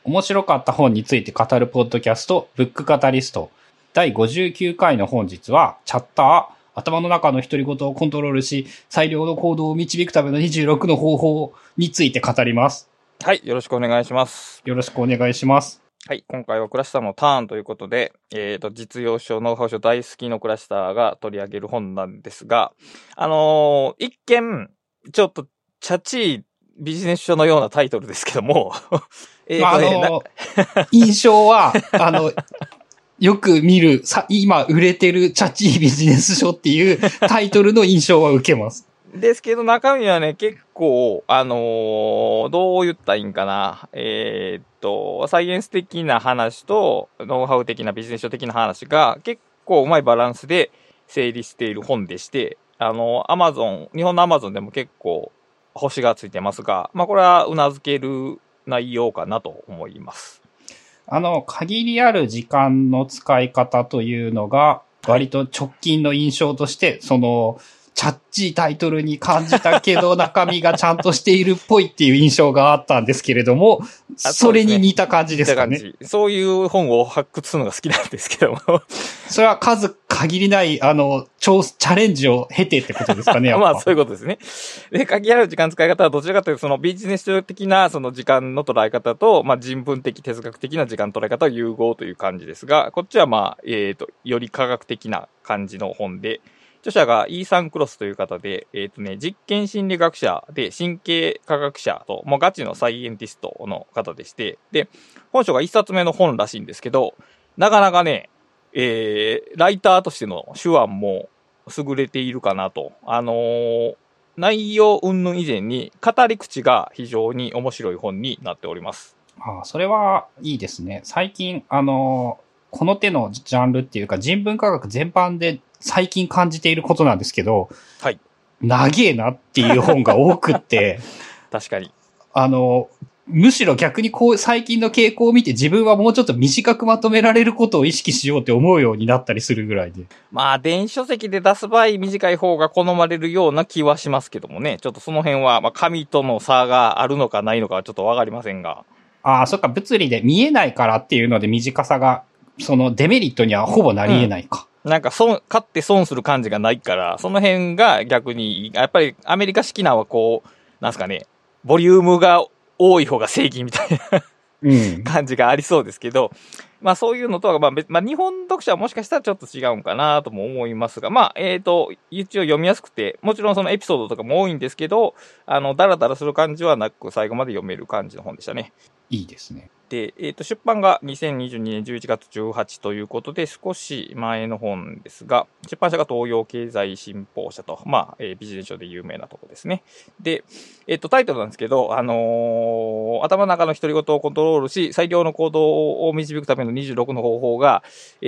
面白かった本について語るポッドキャスト、ブックカタリスト。第59回の本日は、チャッター、頭の中の独り言をコントロールし、最良の行動を導くための26の方法について語ります。 はい、よろしくお願いします。 よろしくお願いします。 はい、今回はクラスターのターンということで、実用書、ノウハウ書大好きのクラスターが取り上げる本なんですが、一見、ちょっと、チャチいビジネス書のようなタイトルですけども、 印象は、よく見る、今売れてるチャチいビジネス書っていうタイトルの印象は受けます。 ですけど中身はね、結構、どう言ったらいいんかな。サイエンス的な話と、ノウハウ的なビジネス書的な話が結構うまいバランスで整理している本でして、日本のアマゾンでも結構星がついてますが、まあこれは頷ける内容かなと思います。 限りある時間の使い方というのが、割と直近の印象として、チャッチータイトルに感じたけど中身がちゃんとしているっぽいっていう印象があったんですけれども、それに似た感じですかね。 そういう本を発掘するのが好きなんですけども。 それは数限りない、チャレンジを経てってことですかね。 まあそういうことですね。で、限りある時間使い方はどちらかというと、そのビジネス的なその時間の捉え方と、まあ人文的哲学的な時間捉え方を融合という感じですが、こっちはまあ、より科学的な感じの本で、著者がイーサン・クロスという方で、実験心理学者で神経科学者と、もうガチのサイエンティストの方でして、で、本書が一冊目の本らしいんですけど、なかなかね、ライターとしての手腕も優れているかなと。内容云々以前に語り口が非常に面白い本になっております。 ああ、それはいいですね。最近、この手のジャンルっていうか人文科学全般で最近感じていることなんですけど、 はい。 長えなっていう本が多くって、 確かに。 むしろ逆に最近の傾向を見て自分はもうちょっと短くまとめられることを意識しようって思うようになったりするぐらいで。 まあ、電子書籍で出す場合短い方が好まれるような気はしますけどもね。ちょっとその辺は、まあ、紙との差があるのかないのかはちょっとわかりませんが。 ああ、そっか、物理で見えないからっていうので短さが、そのデメリットにはほぼなり得ないか。 なんか買って損する感じがないから、その辺が逆に、やっぱりアメリカ式なはこう、なんすかね、ボリュームが多い方が正義みたいな感じがありそうですけど、まあそういうのとは、まあ日本読者はもしかしたらちょっと違うんかなとも思いますが、まあ、一応読みやすくて、もちろんそのエピソードとかも多いんですけど、ダラダラする感じはなく最後まで読める感じの本でしたね。 いいですね。 で、出版が2022年11月18ということで、少し前の本ですが、出版社が東洋経済新報社と、まあ、ビジネス書で有名なとこですね。で、タイトルなんですけど、頭の中の独り言をコントロールし、最良の行動を導くための26の方法が、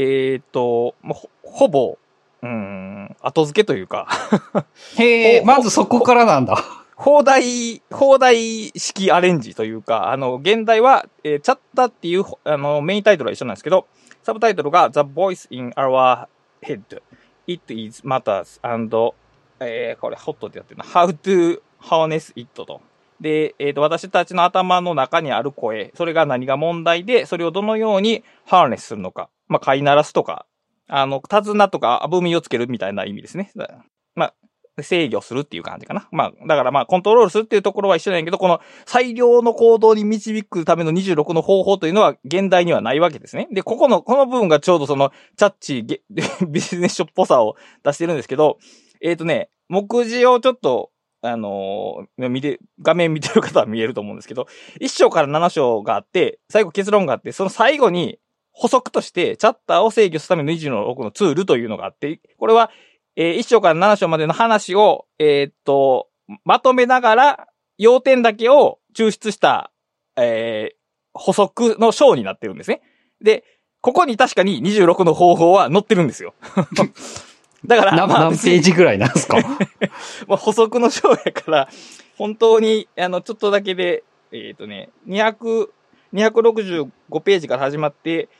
ほぼ、後付けというかへえ、まずそこからなんだ。 放題式アレンジというか、現代は、チャッタっていう、メインタイトルは一緒なんですけど、サブタイトルが The Voice in Our Head. It is Matters and, これ、ホットってやってるな。How to Harness It と。で、私たちの頭の中にある声、それが何が問題で、それをどのようにハーネスするのか。まあ、飼いならすとか、手綱とか、アブミをつけるみたいな意味ですね。まあ、制御するっていう感じかな。まあ、だからまあ、コントロールするっていうところは一緒なんやけど、この最良の行動に導くための26の方法というのは現代にはないわけですね。で、この部分がちょうどその、チャッチビジネス書っぽさを出してるんですけど、目次をちょっと、画面見てる方は見えると思うんですけど、1章から7章があって、最後結論があって、その最後に補足として、チャッターを制御するための26のツールというのがあって、これは、1章から7章までの話を、まとめながら、要点だけを抽出した、補足の章になってるんですね。で、ここに確かに26の方法は載ってるんですよ。だから、 何ページぐらいなんですかまあ補足の章やから、本当に、ちょっとだけで、265ページから始まって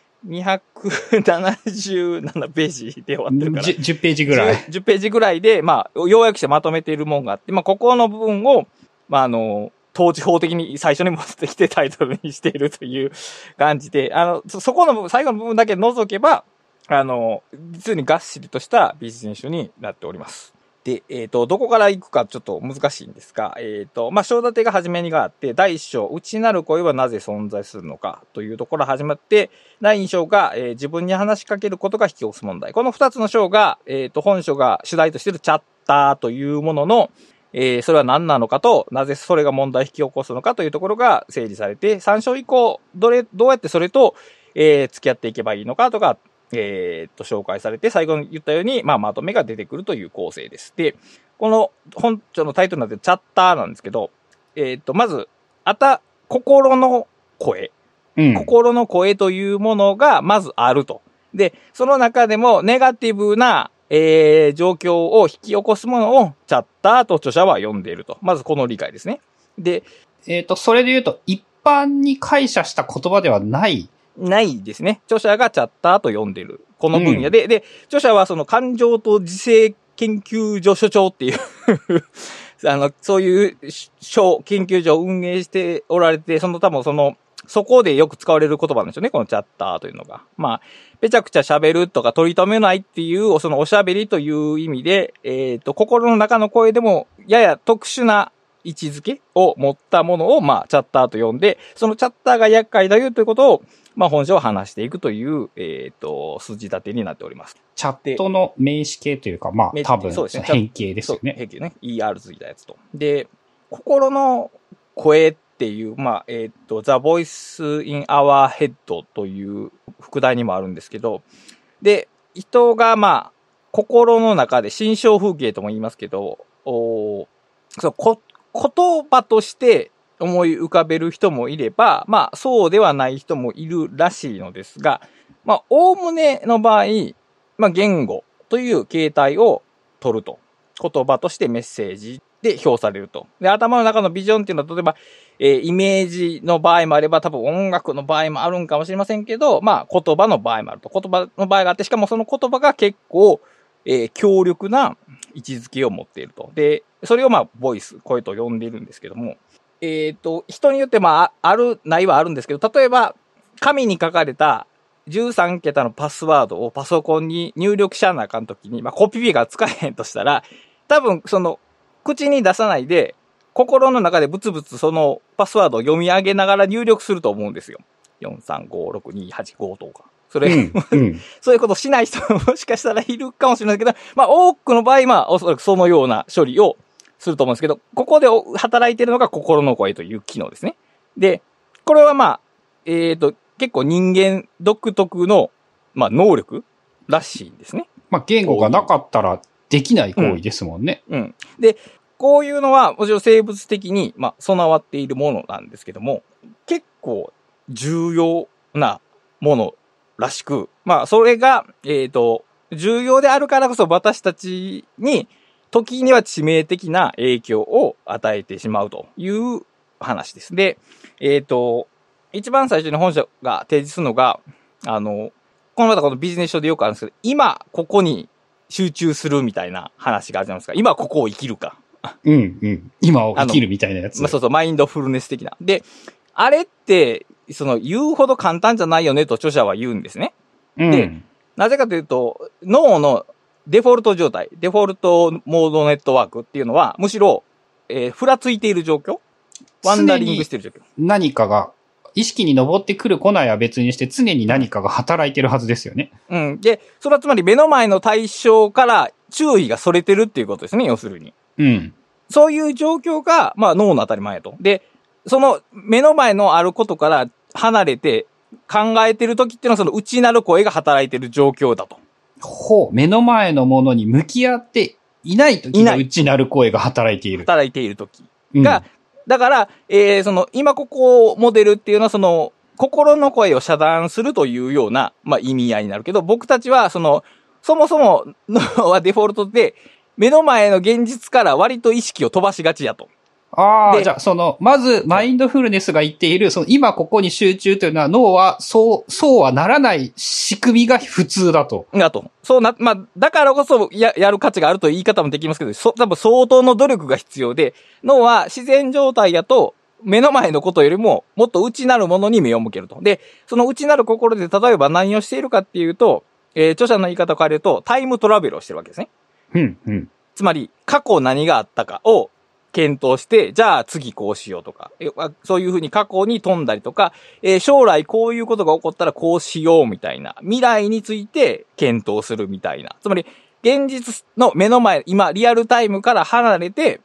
、277ページで終わってるから。 10ページぐらい。 10ページぐらいで、まあ、要約してまとめているもんがあって、まあ、ここの部分を、まあ、 統治法的に最初に持ってきてタイトルにしているという感じで、そこの最後の部分だけ除けば、実にがっしりとしたビジネス書になっております。で、どこから行くかちょっと難しいんですが、章立てが初めにがあって、第1章、内なる声はなぜ存在するのかというところから始まって、第2章が、自分に話しかけることが引き起こす問題。この2つの章が、本書が主題としているチャッターというものの、それは何なのかと、なぜそれが問題を引き起こすのかというところが整理されて、3章以降、どうやってそれと、付き合っていけばいいのかとか、紹介されて、最後に言ったように、まとめが出てくるという構成です。で、この本書のタイトルになってるチャッターなんですけど、まず、心の声。心の声というものがまずあると。で、その中でもネガティブな、状況を引き起こすものをチャッターと著者は呼んでいると。まずこの理解ですね。で、 それで言うと、一般に解釈した言葉ではないですね。著者がチャッターと呼んでいる。この分野で。で、著者はその感情と自制研究所所長っていうそういう研究所を運営しておられて、そこでよく使われる言葉なんですよね。このチャッターというのが。ぺちゃくちゃ喋るとか取り留めないっていう、そのおしゃべりという意味で、心の中の声でもやや特殊な位置づけを持ったものを、チャッターと呼んで、そのチャッターが厄介だよということを、本書を話していくという、筋立てになっております。 チャットの名詞形というか、多分、変形ですよね。 変形ね。ER ついたやつと。で、心の声っていう、The Voice in Our Head という副題にもあるんですけど、で、人が心の中で心象風景とも言いますけど、言葉として思い浮かべる人もいれば、そうではない人もいるらしいのですが、おおむねの場合、言語という形態を取ると。言葉としてメッセージで表されると。で、頭の中のビジョンっていうのは、例えば、イメージの場合もあれば、多分音楽の場合もあるんかもしれませんけど、言葉の場合もあると。言葉の場合があって、しかもその言葉が結構、強力な位置づけを持っていると。で、それをボイス、声と呼んでいるんですけども、人によってある、ないはあるんですけど、例えば、紙に書かれた13桁のパスワードをパソコンに入力しなあかんときに、コピペが使えへんとしたら、多分、口に出さないで、心の中でブツブツそのパスワードを読み上げながら入力すると思うんですよ。4356285とか。そういうことしない人ももしかしたらいるかもしれないけど、多くの場合、おそらくそのような処理をすると思うんですけど、ここで働いているのが心の声という機能ですね。で、これは結構人間独特の、能力らしいんですね。 言語がなかったらできない行為ですもんね。 で、こういうのは、もちろん生物的に、備わっているものなんですけども、結構重要なものらしく、それが、重要であるからこそ私たちに、時には致命的な影響を与えてしまうという話です。で、一番最初に本書が提示するのが、このビジネス書でよくあるんですけど、今ここに集中するみたいな話があるじゃないですか。今ここを生きるか。 今を生きるみたいなやつ。 マインドフルネス的な。で、あれって、言うほど簡単じゃないよねと著者は言うんですね。で、なぜかというと、脳のデフォルト状態、デフォルトモードネットワークっていうのは、むしろ、ふらついている状況、ワンダリングしている状況。 何かが、意識に上ってくる来ないは別にして常に何かが働いてるはずですよね。 で、それはつまり目の前の対象から注意が逸れてるっていうことですね、要するに。そういう状況が、脳の当たり前と。で、その目の前のあることから離れて考えてる時っていうのはその内なる声が働いてる状況だと。 目の前のものに向き合っていない時の内なる声が働いている。 働いている時が、だから、今ここをモデルっていうのは心の声を遮断するというような、意味合いになるけど、僕たちはそもそものはデフォルトで、目の前の現実から割と意識を飛ばしがちやと。 じゃあ、まず、マインドフルネスが言っている、今ここに集中というのは、脳は、そうはならない仕組みが普通だと。 だからこそやる価値があるという言い方もできますけど、多分相当の努力が必要で、脳は自然状態やと、 目の前のことよりも、もっと内なるものに目を向けると。で、その内なる心で例えば何をしているかっていうと、著者の言い方を変えると、タイムトラベルをしてるわけですね。 うんうん。 つまり、過去何があったかを検討して、じゃあ次こうしようとか、そういうふうに過去に飛んだりとか、将来こういうことが起こったらこうしようみたいな、未来について検討するみたいな。つまり、現実の目の前、今、リアルタイムから離れて、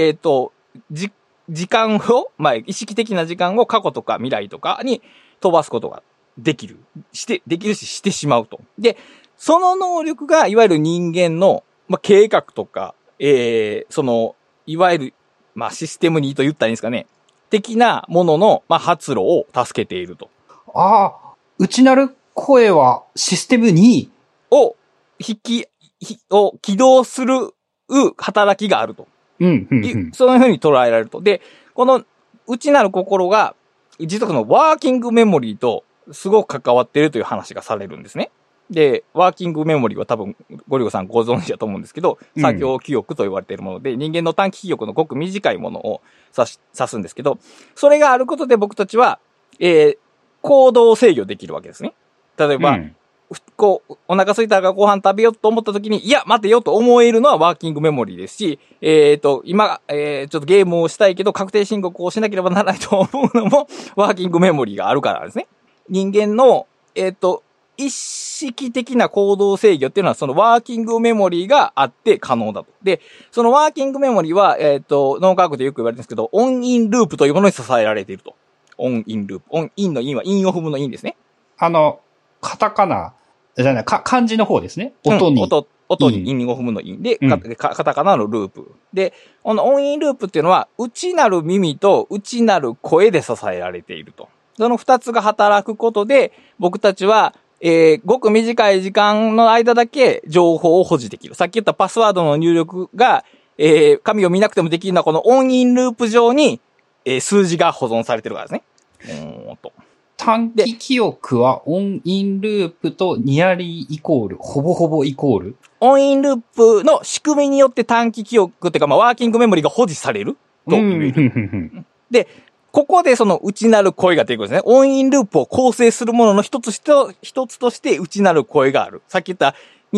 時間を、意識的な時間を過去とか未来とかに飛ばすことができるし、してしまうと。で、その能力が、いわゆる人間の、計画とか、いわゆる、システムにと言ったらいいんですかね。的なものの、発露を助けていると。 ああ、内なる声はシステム2 を起動する働きがあると。そういうふうに捉えられると。で、この内なる心が、実はそのワーキングメモリーとすごく関わっているという話がされるんですね。で、ワーキングメモリーは多分、ゴリゴさんご存知だと思うんですけど、作業記憶と言われているもので、人間の短期記憶のごく短いものを指すんですけど、それがあることで僕たちは、行動を制御できるわけですね。例えば、お腹空いたからご飯食べようと思った時に、いや、待てよと思えるのはワーキングメモリーですし、今、ちょっとゲームをしたいけど、確定申告をしなければならないと思うのも、ワーキングメモリーがあるからですね。人間の、意識的な行動制御っていうのはそのワーキングメモリーがあって可能だと。で、そのワーキングメモリーは、脳科学でよく言われてるんですけど、オンインループというものに支えられていると。オンインループ。オンインのインはインを踏むのインですね。 カタカナ、じゃない、漢字の方ですね。音にインを踏むのインで、カタカナのループ。で、このオンインループっていうのは、内なる耳と内なる声で支えられていると。その二つが働くことで、僕たちは、ごく短い時間の間だけ情報を保持できる。さっき言ったパスワードの入力が、紙を見なくてもできるのはこのオンインループ上に、数字が保存されてるからですね。 短期記憶はオンインループとニアリーイコール、ほぼほぼイコール。 オンインループの仕組みによって短期記憶っていうか、ワーキングメモリが保持されると言える。で、ここでその内なる声が出てくるんですね。オンインループを構成するものの一つとして内なる声がある。さっき言った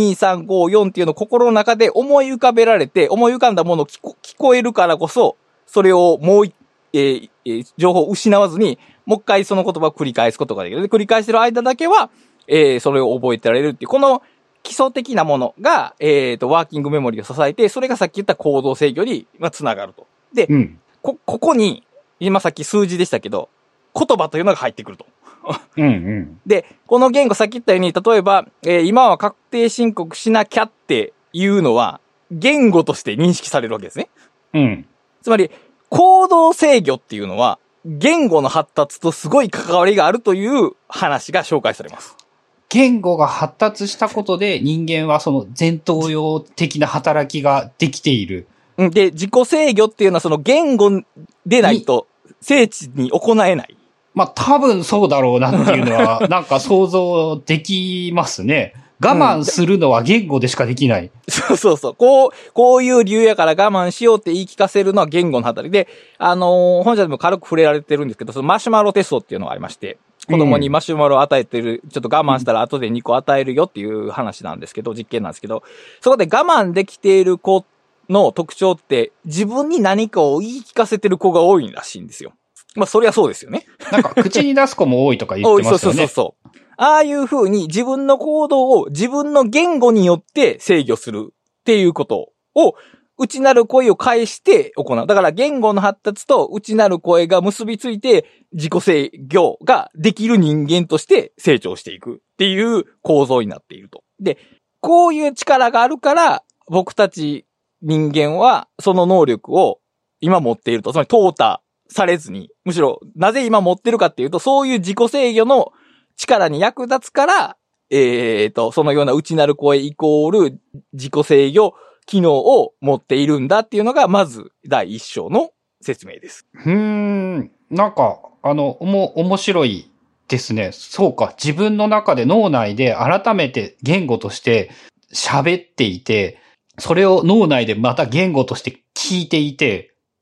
2、3、5、4っていうのを心の中で思い浮かべられて、思い浮かんだものを聞こえるからこそ、それをもう情報を失わずに、もう一回その言葉を繰り返すことができる。で、繰り返してる間だけは、それを覚えてられるっていう、この基礎的なものが、ワーキングメモリーを支えて、それがさっき言った行動制御に、つながると。で、ここに、今さっき数字でしたけど、言葉というのが入ってくると。で、この言語さっき言ったように、例えば、今は確定申告しなきゃっていうのは、言語として認識されるわけですね。つまり、行動制御っていうのは、言語の発達とすごい関わりがあるという話が紹介されます。 言語が発達したことで人間はその前頭葉的な働きができている。 で、自己制御っていうのはその言語でないと精緻に行えない。 多分そうだろうなっていうのはなんか想像できますね。我慢するのは言語でしかできない。 そう。こういう理由やから我慢しようって言い聞かせるのは言語の働きで、本社でも軽く触れられてるんですけど、そのマシュマロテストっていうのがありまして、子供にマシュマロを与えてる、ちょっと我慢したら後で2個与えるよっていう話なんですけど、実験なんですけど、そこで我慢できている子の特徴って、自分に何かを言い聞かせてる子が多いらしいんですよ。そりゃそうですよね。 なんか口に出す子も多いとか言ってますよね。 そう。ああいう風に自分の行動を自分の言語によって制御するっていうことを内なる声を介して行う。だから言語の発達と内なる声が結びついて自己制御ができる人間として成長していくっていう構造になっていると。で、こういう力があるから僕たち人間はその能力を今持っていると。つまり淘汰されずに、むしろなぜ今持ってるかっていうと、そういう自己制御の力に役立つから、そのような内なる声イコール自己制御機能を持っているんだっていうのが、まず第一章の説明です。 なんか、面白いですね。そうか。自分の中で脳内で改めて言語として喋っていて、それを脳内でまた言語として聞いていて、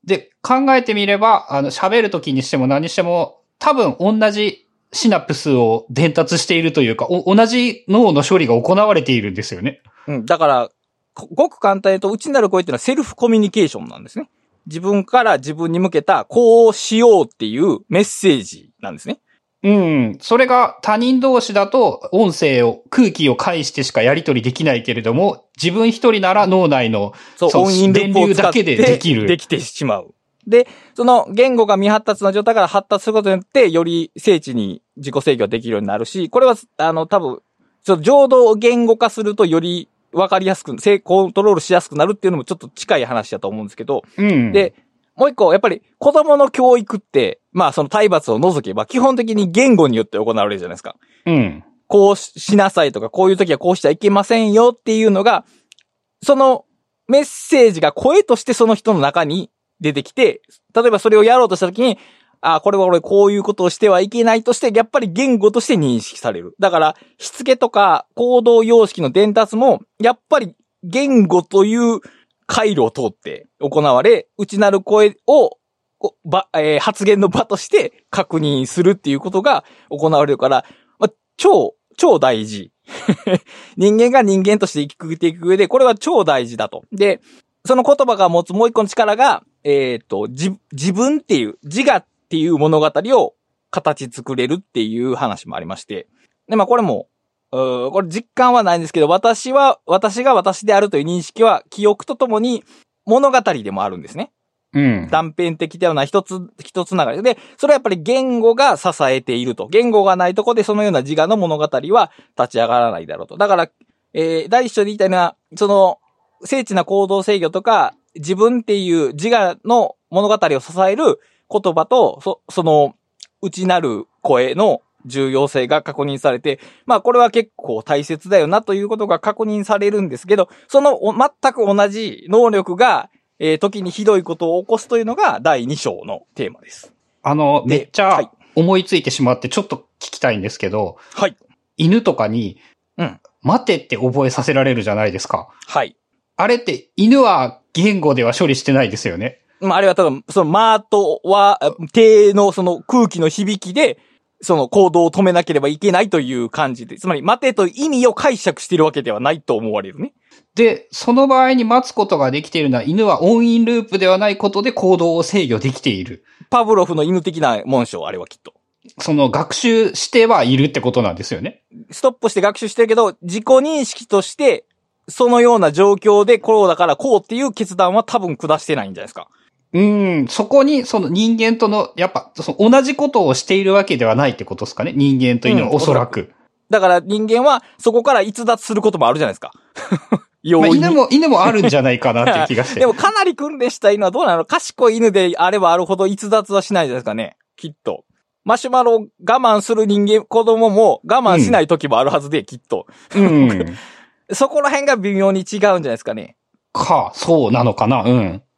で、考えてみれば、喋るときにしても何にしても、多分同じシナプスを伝達しているというか、同じ脳の処理が行われているんですよね。 うん。だから、ごく簡単に言うと、内なる声っていうのはセルフコミュニケーションなんですね。自分から自分に向けた、こうしようっていうメッセージなんですね。 うん。それが他人同士だと音声を、空気を介してしかやり取りできないけれども、自分一人なら脳内の音韻ループを使って電流だけでできる。 できてしまう。で、その言語が未発達な状態から発達することによって、より精緻に自己制御できるようになるし、これは、多分、情動を言語化するとよりわかりやすく、コントロールしやすくなるっていうのもちょっと近い話だと思うんですけど、 うん。 で、もう一個、やっぱり子供の教育って、まあその体罰を除けば基本的に言語によって行われるじゃないですか。 うん。 こうしなさいとか、こういう時はこうしちゃいけませんよっていうのが、そのメッセージが声としてその人の中に出てきて、例えばそれをやろうとした時に、これは俺こういうことをしてはいけないとして、やっぱり言語として認識される。だから、しつけとか行動様式の伝達も、やっぱり言語という回路を通って行われ、内なる声を、発言の場として確認するっていうことが行われるから、超大事。人間が人間として生きていく上で、これは超大事だと。で、その言葉が持つもう一個の力が、自分っていう、自我っていう物語を形作れるっていう話もありまして。で、これも、これ実感はないんですけど、私が私であるという認識は、記憶とともに物語でもあるんですね。 うん。 断片的ではない一つながりで、それはやっぱり言語が支えていると。言語がないとこでそのような自我の物語は立ち上がらないだろうと。だから、第一章で言いたいのは、その、精緻な行動制御とか、自分っていう自我の物語を支える言葉と、その、内なる声の重要性が確認されて、これは結構大切だよなということが確認されるんですけど、その全く同じ能力が、時にひどいことを起こすというのが第2章のテーマです。 めっちゃ思いついてしまってちょっと聞きたいんですけど、 はい。 犬とかに、 うん。 待てって覚えさせられるじゃないですか。 はい。 あれって犬は言語では処理してないですよね。 あれは多分、そのマートは、手のその空気の響きで、その行動を止めなければいけないという感じで、つまり待てという意味を解釈しているわけではないと思われるね。 で、その場合に待つことができているのは犬は音韻ループではないことで行動を制御できている。 パブロフの犬的な紋章、あれはきっと。 その学習してはいるってことなんですよね。 ストップして学習してるけど、自己認識として、そのような状況でこうだからこうっていう決断は多分下してないんじゃないですか。 そこにその人間との、やっぱその同じことをしているわけではないってことですかね。人間と犬はおそらく。 だから人間はそこから逸脱することもあるじゃないですか。 犬もあるんじゃないかなっていう気がして。 でもかなり訓練した犬はどうなの？賢い犬であればあるほど逸脱はしないじゃないですかね。きっと。マシュマロを我慢する子供も我慢しない時もあるはずで、きっと。そこら辺が微妙に違うんじゃないですかね。 そうなのかな。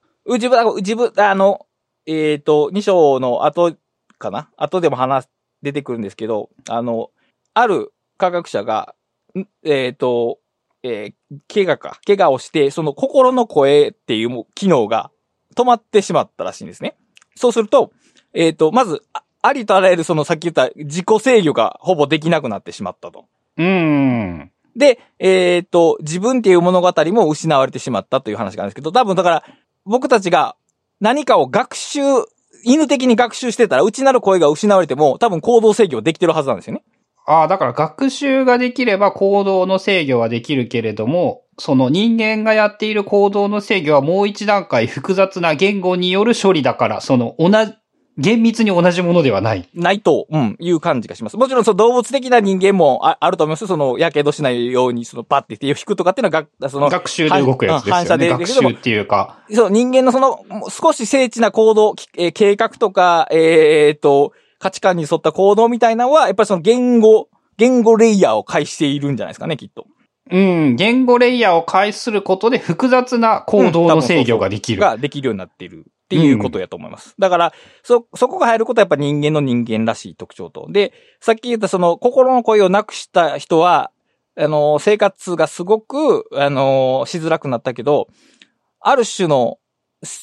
2章の後かな？後でも出てくるんですけど、ある科学者が、怪我をして、その心の声っていう機能が止まってしまったらしいんですね。そうすると、まず、ありとあらゆるそのさっき言った自己制御がほぼできなくなってしまったと。で、自分っていう物語も失われてしまったという話があるんですけど、多分だから僕たちが何かを犬的に学習してたら内なる声が失われても多分行動制御できてるはずなんですよね。 だから学習ができれば行動の制御はできるけれども、その人間がやっている行動の制御はもう一段階複雑な言語による処理だから、厳密に同じものではない。 ないと、いう感じがします。もちろん、その動物的な人間もあると思います。その、やけどしないように、その、パッて手を引くとかっていうのは、 学習で動くやつですよね。 反射で学習っていうか。 そう、人間のその、少し精緻な行動、計画とか、価値観に沿った行動みたいなのは、やっぱりその言語レイヤーを介しているんじゃないですかね、きっと。 言語レイヤーを介することで複雑な行動の制御ができる。 ができるようになっている。っていうことやと思います。だから、そこが入ることはやっぱ人間の人間らしい特徴と。で、さっき言ったその心の声をなくした人は、生活がすごく、しづらくなったけど、ある種の、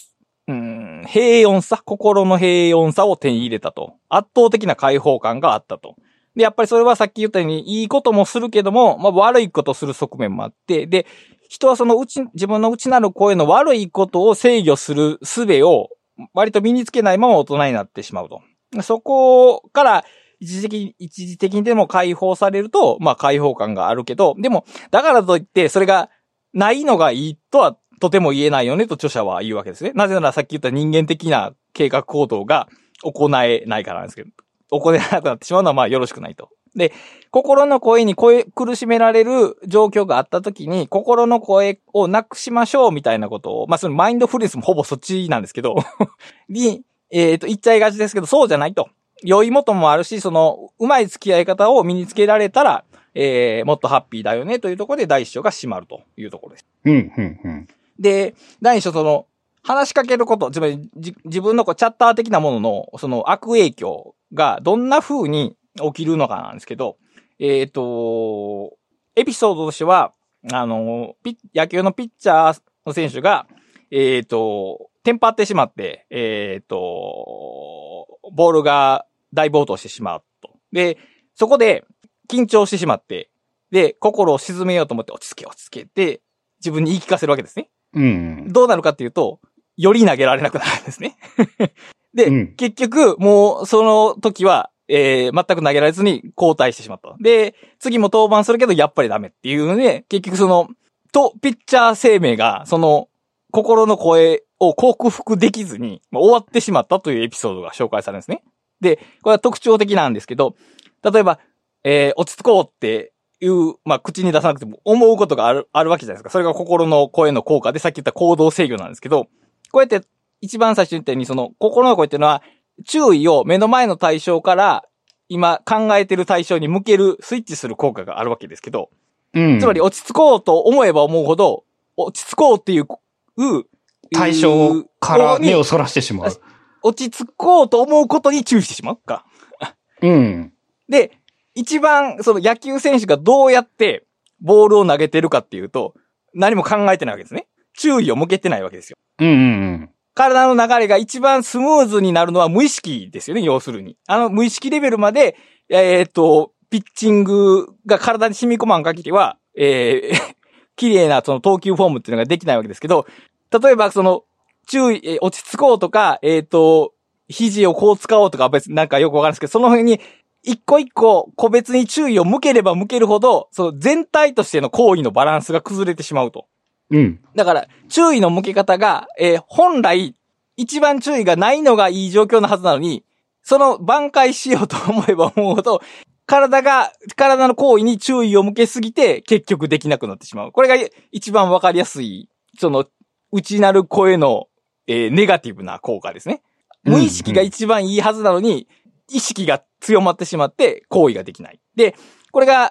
平穏さ、心の平穏さを手に入れたと。圧倒的な解放感があったと。で、やっぱりそれはさっき言ったように、いいこともするけども、まあ悪いことする側面もあって、で、人はその自分の内なる声の悪いことを制御する術を割と身につけないまま大人になってしまうと。そこから一時的にでも解放されると、まあ解放感があるけど、でも、だからといってそれがないのがいいとはとても言えないよねと著者は言うわけですね。なぜならさっき言った人間的な計画行動が行えないからなんですけど、行えなくなってしまうのはまあよろしくないと。で、心の声に苦しめられる状況があったときに、心の声をなくしましょうみたいなことを、まあそのマインドフルネスもほぼそっちなんですけど、に、言っちゃいがちですけど、そうじゃないと。良いもともあるし、その、うまい付き合い方を身につけられたら、もっとハッピーだよねというところで第一章が閉まるというところです。で、第一章その、話しかけること、つまり自分のチャッター的なものの、その悪影響がどんな風に起きるのかなんですけど、エピソードとしては、野球のピッチャーの選手が、テンパってしまって、ボールが大暴投してしまうと。で、そこで緊張してしまって、で、心を沈めようと思って落ち着けって自分に言い聞かせるわけですね。どうなるかっていうと、より投げられなくなるんですね。で、結局、もうその時は、全く投げられずに交代してしまった。で、次も登板するけどやっぱりダメっていうので、結局ピッチャー生命が、心の声を克服できずに、終わってしまったというエピソードが紹介されるんですね。で、これは特徴的なんですけど、例えば、落ち着こうっていう、まあ、口に出さなくても思うことがあるわけじゃないですか。それが心の声の効果で、さっき言った行動制御なんですけど、こうやって一番最初に言ったように、心の声っていうのは、注意を目の前の対象から今考えてる対象に向ける、スイッチする効果があるわけですけど、つまり落ち着こうと思えば思うほど、落ち着こうっていう対象から目をそらしてしまう。 落ち着こうと思うことに注意してしまうか。で、一番野球選手がどうやってボールを投げてるかっていうと、何も考えてないわけですね。注意を向けてないわけですよ。体の流れが一番スムーズになるのは無意識ですよね、要するに。無意識レベルまで、ピッチングが体に染み込まん限りは、綺麗な投球フォームっていうのができないわけですけど、例えば注意、落ち着こうとか、肘をこう使おうとか別になんかよくわかるんですけど、その辺に一個一個個別に注意を向ければ向けるほど、全体としての行為のバランスが崩れてしまうと。だから、注意の向け方が、本来、一番注意がないのがいい状況のはずなのに、挽回しようと思えば思うほど、体の行為に注意を向けすぎて、結局できなくなってしまう。これが一番わかりやすい、内なる声の、ネガティブな効果ですね。無意識が一番いいはずなのに、意識が強まってしまって、行為ができない。で、これが、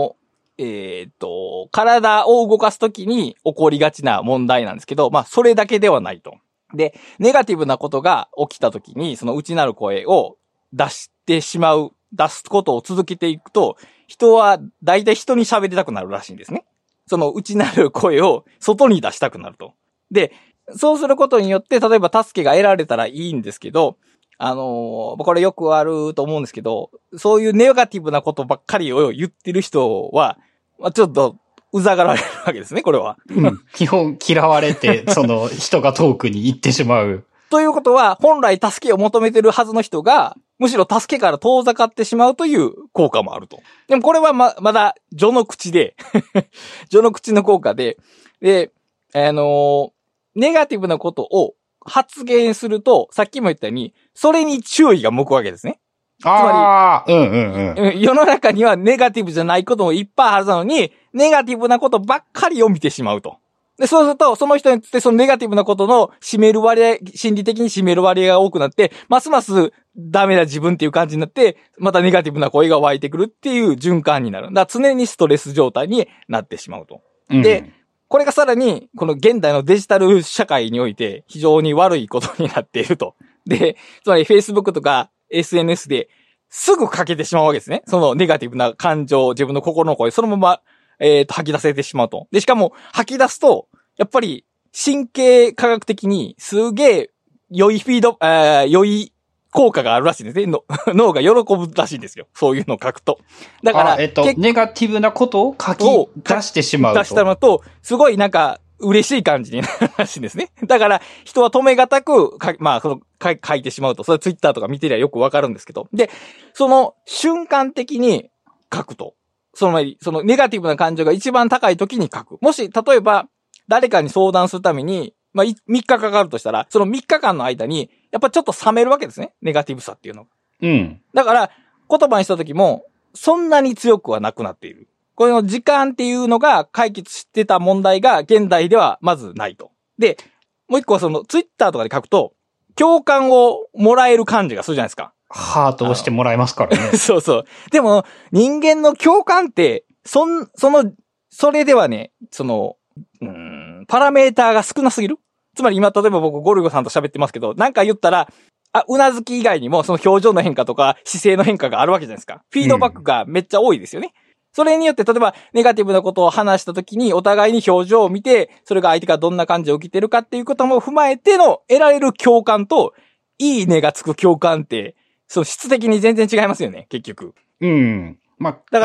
体を動かすときに起こりがちな問題なんですけど、まあ、それだけではないと。で、ネガティブなことが起きたときに、内なる声を出すことを続けていくと、人は大体人に喋りたくなるらしいんですね。内なる声を外に出したくなると。で、そうすることによって、例えば助けが得られたらいいんですけど、これよくあると思うんですけど、そういうネガティブなことばっかりを言ってる人は、ちょっと、うざがられるわけですね、これは。 基本嫌われて、人が遠くに行ってしまう。 ということは、本来助けを求めてるはずの人が、むしろ助けから遠ざかってしまうという効果もあると。でもこれはまだ、序の口で、序の口の効果で、で、ネガティブなことを発言すると、さっきも言ったように、それに注意が向くわけですね。つまり、世の中にはネガティブじゃないこともいっぱいあるのに、ネガティブなことばっかりを見てしまうと。で、そうすると、その人にとってそのネガティブなことの心理的に占める割合が多くなって、ますますダメな自分っていう感じになって、またネガティブな声が湧いてくるっていう循環になる。だから常にストレス状態になってしまうと。で、これがさらに、この現代のデジタル社会において非常に悪いことになっていると。で、つまり Facebook とか SNS ですぐかけてしまうわけですね。そのネガティブな感情、自分の心の声、そのまま、吐き出せてしまうと。で、しかも吐き出すと、やっぱり神経科学的にすげえ良いフィード、良い効果があるらしいんですね。脳が喜ぶらしいんですよ。そういうのを書くと。だから、 ネガティブなことを書き出してしまうと。 出したのと、すごいなんか、嬉しい感じになるらしいんですね。だから、人は止めがたく、書いてしまうと。それツイッターとか見てりゃよくわかるんですけど。で、その瞬間的に書くと。そのネガティブな感情が一番高い時に書く。もし、例えば、誰かに相談するために、3日かかるとしたら、その3日間の間に、やっぱちょっと冷めるわけですね。ネガティブさっていうのが。 うん。 だから、言葉にした時も、そんなに強くはなくなっている。この時間っていうのが解決してた問題が現代ではまずないと。で、もう一個はそのツイッターとかで書くと、共感をもらえる感じがするじゃないですか。 ハートをしてもらえますからね。 そうそう。でも、人間の共感って、それではね、パラメーターが少なすぎる。つまり今、例えば僕、ゴルゴさんと喋ってますけど、なんか言ったら、うなずき以外にも、その表情の変化とか、姿勢の変化があるわけじゃないですか。フィードバックがめっちゃ多いですよね。それによって、例えば、ネガティブなことを話したときに、お互いに表情を見て、それが相手がどんな感じを受けてるかっていうことも踏まえての、得られる共感と、いいねがつく共感って、その質的に全然違いますよね、結局。 うん。だから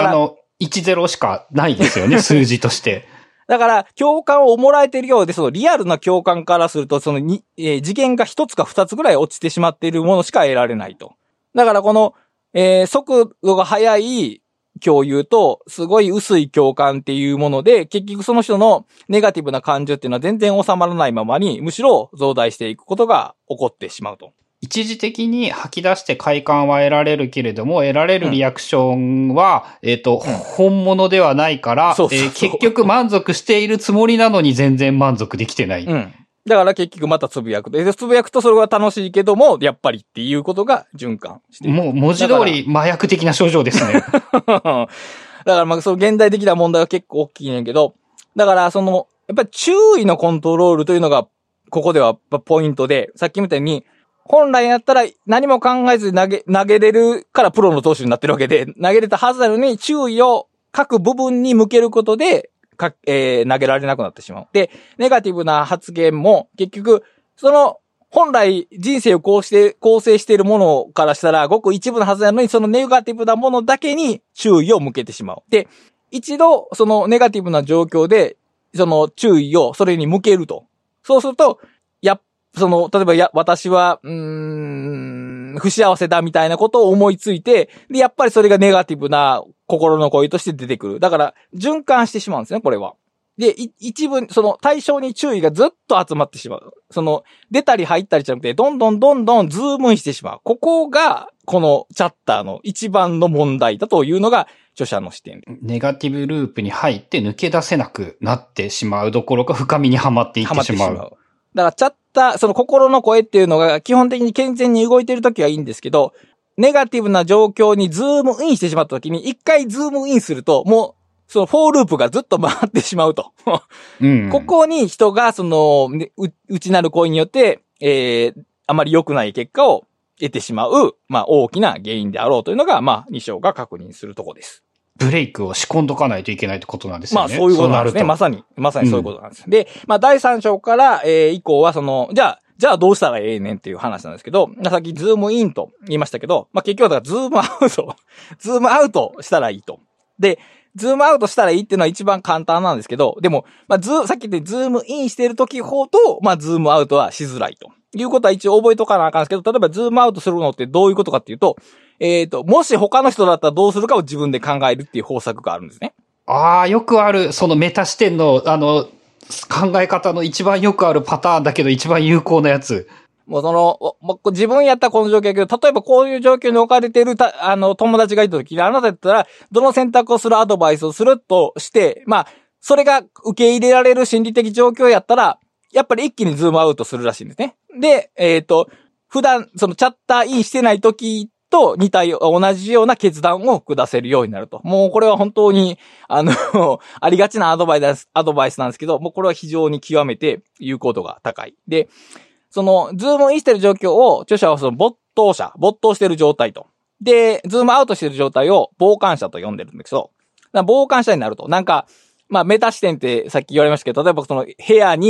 、10しかないですよね、数字として。 だから、共感をもらえているようで、そのリアルな共感からすると、次元が1つか2つぐらい落ちてしまっているものしか得られないと。だからこの、速度が速い共有と、すごい薄い共感っていうもので、結局その人のネガティブな感情っていうのは全然収まらないままに、むしろ増大していくことが起こってしまうと。 一時的に吐き出して快感は得られるけれども、得られるリアクションは、本物ではないから、結局満足しているつもりなのに全然満足できてない。 うん。だから結局またつぶやく。で、つぶやくとそれは楽しいけども、やっぱりっていうことが循環している。 もう文字通り麻薬的な症状ですね。 だからその現代的な問題は結構大きいねんけど、だからやっぱり注意のコントロールというのが、ここではポイントで、さっきみたいに、本来やったら何も考えずに投げれるからプロの投手になってるわけで、投げれたはずなのに注意を各部分に向けることで、投げられなくなってしまう。で、ネガティブな発言も結局、本来人生を構成しているものからしたらごく一部のはずなのに、そのネガティブなものだけに注意を向けてしまう。で、一度そのネガティブな状況で、その注意をそれに向けると。そうすると、例えば私は、不幸せだみたいなことを思いついて、で、やっぱりそれがネガティブな心の声として出てくる。だから、循環してしまうんですね、これは。で、一部、対象に注意がずっと集まってしまう。出たり入ったりじゃなくて、どんどんズームインしてしまう。ここが、このチャッターの一番の問題だというのが、著者の視点。 ネガティブループに入って抜け出せなくなってしまうどころか深みにはまっていってしまう。 だからチャッター、心の声っていうのが基本的に健全に動いているときはいいんですけど、ネガティブな状況にズームインしてしまったときに、一回ズームインすると、もう、フォーループがずっと回ってしまうと。うん、ここに人が、内なる声によって、あまり良くない結果を得てしまう、大きな原因であろうというのが、2章が確認するところです。 ブレイクを仕込んどかないといけないってことなんですよね。 そういうことなんですね。まさにそういうことなんです。で、第3章から、以降はじゃあどうしたらええねんっていう話なんですけど、さっきズームインと言いましたけど、結局はズームアウトしたらいいと。で、ズームアウトしたらいいっていうのは一番簡単なんですけど、でも、さっき言ってズームインしてる時ほど、ズームアウトはしづらいと。いうことは一応覚えとかなあかんですけど、例えばズームアウトするのってどういうことかっていうと、もし他の人だったらどうするかを自分で考えるっていう方策があるんですね。 よくある、メタ視点の、考え方の一番よくあるパターンだけど一番有効なやつ。 もう自分やったらこの状況やけど、例えばこういう状況に置かれている友達がいた時に、あなただったら、どの選択をするアドバイスをするとして、それが受け入れられる心理的状況やったら、やっぱり一気にズームアウトするらしいんですね。で、普段、チャッターインしてない時と同じような決断を下せるようになると。もうこれは本当に、ありがちなアドバイスなんですけど、もうこれは非常に極めて有効度が高い。で、ズームインしてる状況を、著者は没頭してる状態と。で、ズームアウトしてる状態を傍観者と呼んでるんですけど、傍観者になると。メタ視点ってさっき言われましたけど、例えば部屋に、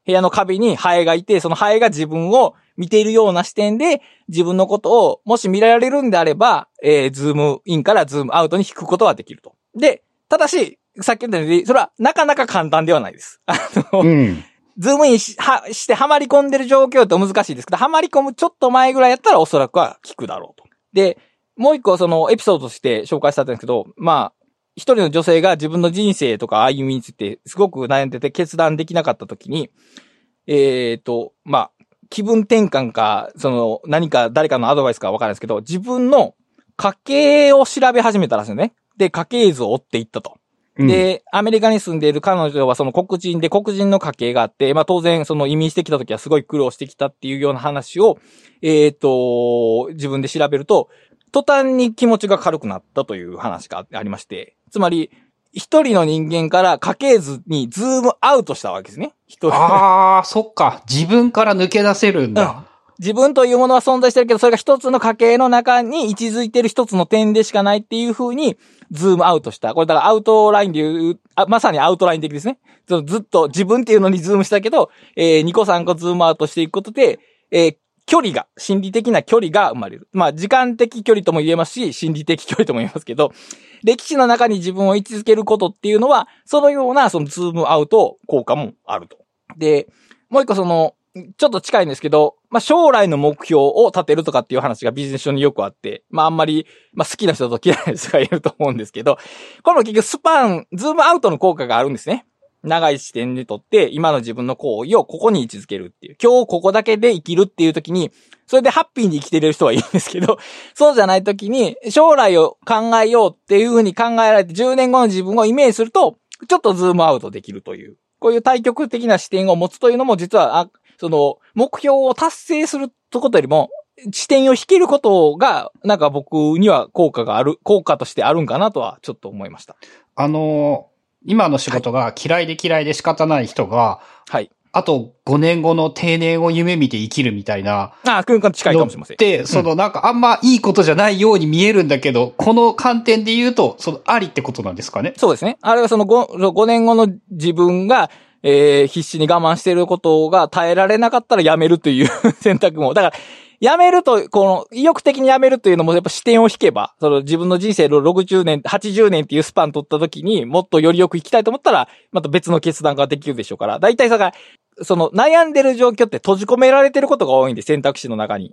部屋の壁にハエがいて、そのハエが自分を見ているような視点で、自分のことをもし見られるんであれば、ズームインからズームアウトに引くことができると。で、ただし、さっき言ったように、それはなかなか簡単ではないです。ズームインしてはまり込んでる状況って難しいですけど、はまり込むちょっと前ぐらいやったらおそらくは効くだろうと。で、もう一個そのエピソードとして紹介されたんですけど、まあ、一人の女性が自分の人生とか歩みについてすごく悩んでて決断できなかった時に、まあ、気分転換か、その何か誰かのアドバイスかわからないですけど、自分の家系を調べ始めたらしいよね。で、家系図を追っていったと。で、アメリカに住んでいる彼女はその黒人で黒人の家系があって、まあ当然その移民してきた時はすごい苦労してきたっていうような話を、自分で調べると、途端に気持ちが軽くなったという話がありまして、つまり、一人の人間から家系図にズームアウトしたわけですね。 ああ、そっか。自分から抜け出せるんだ。 自分というものは存在してるけど、それが一つの家系の中に位置づいてる一つの点でしかないっていう風に、ズームアウトした。これだからアウトラインでいう、まさにアウトライン的ですね。ずっと自分っていうのにズームしたけど、2個3個ズームアウトしていくことで、距離が、心理的な距離が生まれる。まあ、時間的距離とも言えますし、心理的距離とも言えますけど、歴史の中に自分を位置づけることっていうのは、そのような、そのズームアウト効果もあると。で、もう一個その、ちょっと近いんですけど、まあ、将来の目標を立てるとかっていう話がビジネス書によくあって、まあ、あんまり、まあ、好きな人と嫌いな人がいると思うんですけど、これも結局スパン、ズームアウトの効果があるんですね。長い視点にとって、今の自分の行為をここに位置づけるっていう。今日ここだけで生きるっていう時に、それでハッピーに生きてる人はいいんですけど、そうじゃない時に、将来を考えようっていう風に考えられて、10年後の自分をイメージすると、ちょっとズームアウトできるという。こういう対極的な視点を持つというのも、実は、その、目標を達成することよりも、視点を引けることが、なんか僕には効果としてあるんかなとは、ちょっと思いました。 今の仕事が嫌いで仕方ない人が、 はい。 あと5年後の定年を夢見て生きるみたいな。 近いかもしれません。 で、そのなんかあんまいいことじゃないように見えるんだけど、この観点で言うと、そのありってことなんですかね。 そうですね。あれはその5年後の自分が、必死に我慢していることが耐えられなかったらやめるという選択も。だから、やめると、この、意欲的にやめるというのも、やっぱ視点を引けば、その自分の人生の60年、80年っていうスパン取った時にもっとよりよく生きたいと思ったら、また別の決断ができるでしょうから、大体その悩んでる状況って閉じ込められてることが多いんで、選択肢の中に。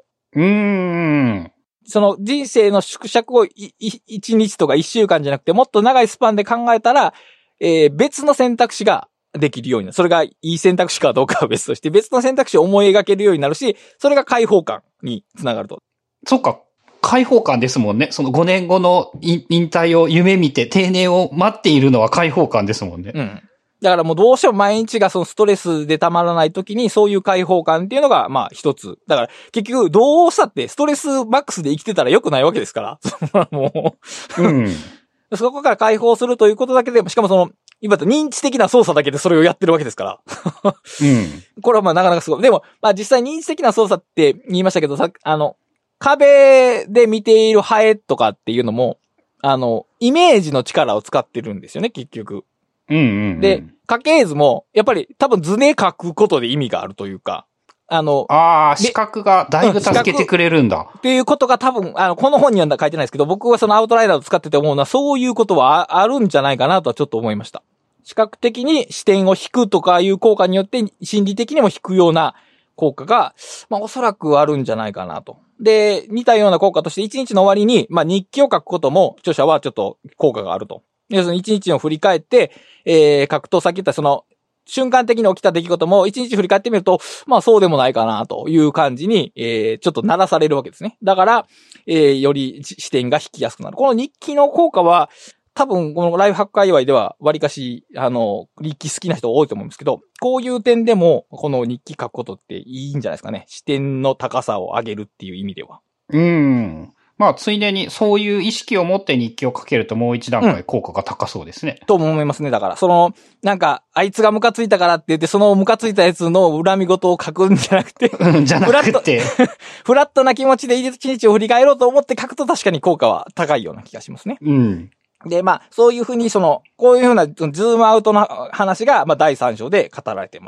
その人生の縮尺を1日とか1週間じゃなくて、もっと長いスパンで考えたら、別の選択肢ができるようになる。それがいい選択肢かどうかは別として、別の選択肢を思い描けるようになるし、それが解放感につながると。 そっか。解放感ですもんね。その5年後の引退を夢見て定年を待っているのは解放感ですもんね。 うん。だからもうどうしても毎日がそのストレスでたまらない時にそういう解放感っていうのがまあ一つ。だから結局どうしたってストレスマックスで生きてたら良くないわけですから。もう、そこから解放するということだけで、しかもその、今と認知的な操作だけでそれをやってるわけですから。これはまあなかなかすごい。でも、まあ実際認知的な操作って言いましたけど、壁で見ているハエとかっていうのも、イメージの力を使ってるんですよね、結局。で、家系図も、やっぱり多分図で書くことで意味があるというか、 視覚がだいぶ助けてくれるんだ。 っていうことが多分、この本には書いてないですけど、僕はそのアウトライナーを使ってて思うのは、そういうことはあるんじゃないかなとはちょっと思いました。視覚的に視点を引くとかいう効果によって、心理的にも引くような効果が、まあおそらくあるんじゃないかなと。で、似たような効果として、一日の終わりに、まあ日記を書くことも、著者はちょっと効果があると。要するに一日を振り返って、書くと、さっき言ったその、瞬間的に起きた出来事も一日振り返ってみると、まあそうでもないかなという感じに、ちょっと鳴らされるわけですね。だから、より視点が引きやすくなる。この日記の効果は、多分このライフハック界隈では割かし、日記好きな人多いと思うんですけど、こういう点でも、この日記書くことっていいんじゃないですかね。視点の高さを上げるっていう意味では。 まあ、ついでにそういう意識を持って日記を書けるともう一段階効果が高そうですね。 と思いますね。だから、なんか、あいつがムカついたからって言って、そのムカついたやつの恨み事を書くんじゃなくて、フラットな気持ちで一日を振り返ろうと思って書くと確かに効果は高いような気がしますね。で、まあ、そういうふうにこういうふうなズームアウトの話が、まあ、第3章で語られています。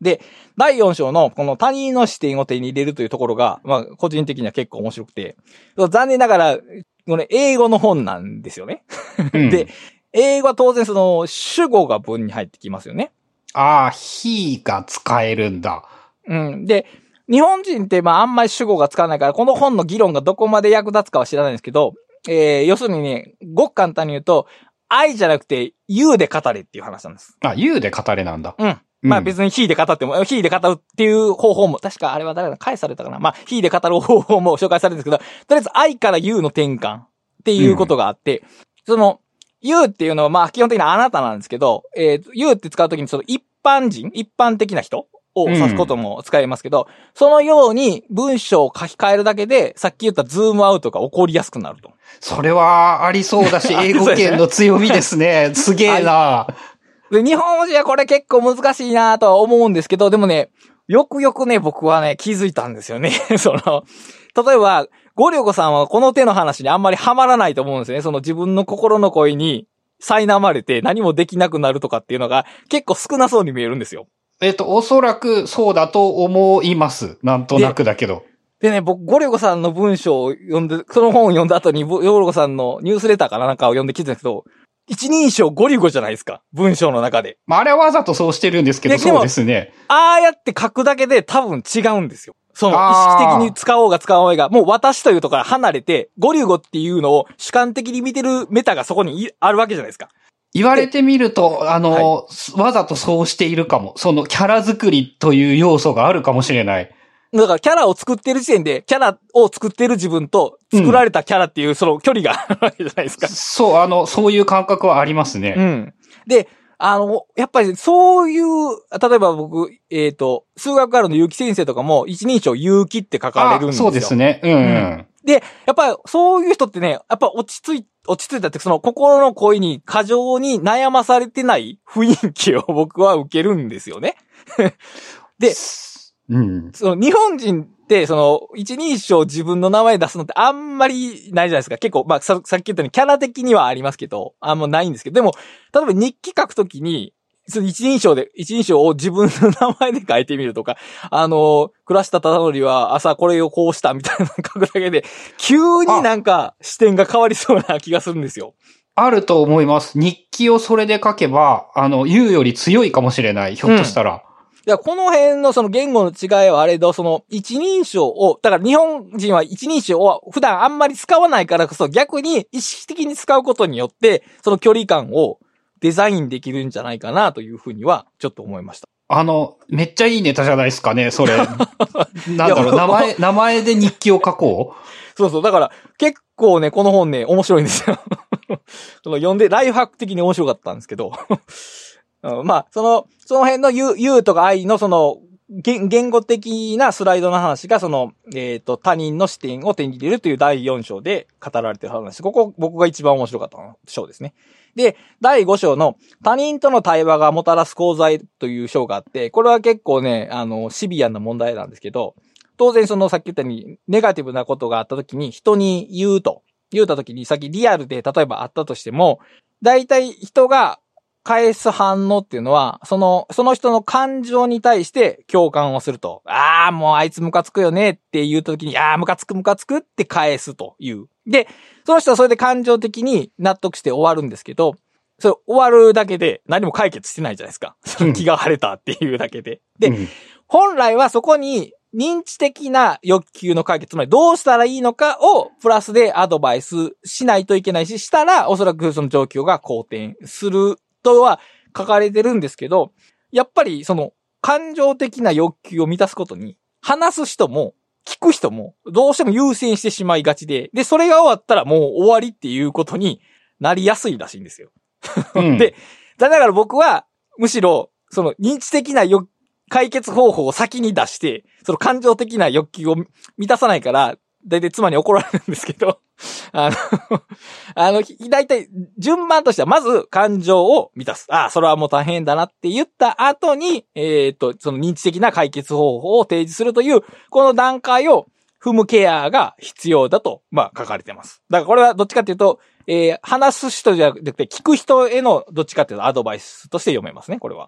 で、第4章のこの他人の視点を手に入れるというところが、まあ、個人的には結構面白くて、残念ながら、これ英語の本なんですよね。で、英語は当然その主語が文に入ってきますよね。 ああ、he が使えるんだ。 で、日本人ってまああんまり主語が使わないから、この本の議論がどこまで役立つかは知らないんですけど、要するにね、ごく簡単に言うと、I じゃなくて you で語れっていう話なんです。 あ、you で語れなんだ。 まあ別に he で語っても、he で語るっていう方法も、確かあれは誰だ返されたかな。まあ he で語る方法も紹介されるんですけど、とりあえず I から you の転換っていうことがあって、その you っていうのはまあ基本的にあなたなんですけど、you って使うときにその一般的な人を指すことも使えますけど、そのように文章を書き換えるだけで、さっき言ったズームアウトが起こりやすくなると。 それはありそうだし、英語圏の強みですね。すげえな。 で、日本人はこれ結構難しいなとは思うんですけど、でもね、よくよくね、僕はね、気づいたんですよね。例えば、ゴリョコさんはこの手の話にあんまりハマらないと思うんですよね。その自分の心の声に苛まれて何もできなくなるとかっていうのが結構少なそうに見えるんですよ。 おそらくそうだと思います。なんとなくだけど。 でね、僕、ゴリョコさんの文章を読んで、その本を読んだ後に、ゴリョコさんのニュースレターかなんかを読んで気づいたんですけど、一人称ゴリゴじゃないですか。文章の中で。 まあ、あれはわざとそうしてるんですけど、そうですね。 ああやって書くだけで多分違うんですよ。その、意識的に使おうが使わないが、もう私というところから離れて、ゴリゴっていうのを主観的に見てるメタがそこにあるわけじゃないですか。 言われてみると、わざとそうしているかも。そのキャラ作りという要素があるかもしれない。 だからキャラを作ってる時点で、キャラを作ってる自分と作られたキャラっていうその距離があるわけじゃないですか。 そう、そういう感覚はありますね。 で、やっぱりそういう、例えば僕、数学あるの結城先生とかも一人称結城って書かれるんですよ。 そうですね。 で、やっぱりそういう人ってね、やっぱ落ち着いたってその心の声に過剰に悩まされてない雰囲気を僕は受けるんですよね。で、その日本人って、その一人称自分の名前出すのってあんまりないじゃないですか。結構、まあさっき言ったようにキャラ的にはありますけど、あんまないんですけど、でも、例えば日記書くときに、その一人称を自分の名前で書いてみるとか、倉下忠則は朝これをこうしたみたいなの書くだけで、急になんか視点が変わりそうな気がするんですよ。 あると思います。日記をそれで書けば、言うより強いかもしれない。ひょっとしたら。 この辺のその言語の違いはあれど、その一人称を、だから日本人は一人称を普段あんまり使わないからこそ逆に意識的に使うことによって、その距離感をデザインできるんじゃないかなというふうにはちょっと思いました。 めっちゃいいネタじゃないですかね、それ。なんだろう、名前で日記を書こう。 そうそう、だから結構ね、この本ね、面白いんですよ。読んでライフハック的に面白かったんですけど。まあ、その辺の you とか I のその、言語的なスライドの話が、その、他人の視点を手に入れるという第4章で語られている話。ここ、僕が一番面白かった章ですね。で、第5章の他人との対話がもたらす功罪という章があって、これは結構ね、シビアな問題なんですけど、当然そのさっき言ったように、ネガティブなことがあった時に人に言った時に、さっきリアルで例えばあったとしても、大体人が返す反応っていうのは、その人の感情に対して共感をすると。ああ、もうあいつムカつくよねって言う時に、ムカつくって返すという。で、その人はそれで感情的に納得して終わるんですけど、それ終わるだけで何も解決してないじゃないですか。その気が晴れたっていうだけで。で、本来はそこに認知的な欲求の解決、つまりどうしたらいいのかをプラスでアドバイスしないといけないし、したらおそらくその状況が好転するとは書かれてるんですけど、やっぱりその感情的な欲求を満たすことに話す人も聞く人もどうしても優先してしまいがちで、それが終わったらもう終わりっていうことになりやすいらしいんですよ。で、だから僕はむしろその認知的な解決方法を先に出して、その感情的な欲求を満たさないから、だいたい妻に怒られるんですけど、だいたい順番としては、まず感情を満たす。それはもう大変だなって言った後に、その認知的な解決方法を提示するという、この段階を踏むケアが必要だと、書かれてます。だからこれはどっちかっていうと、話す人じゃなくて、聞く人へのどっちかっていうとアドバイスとして読めますね、これは。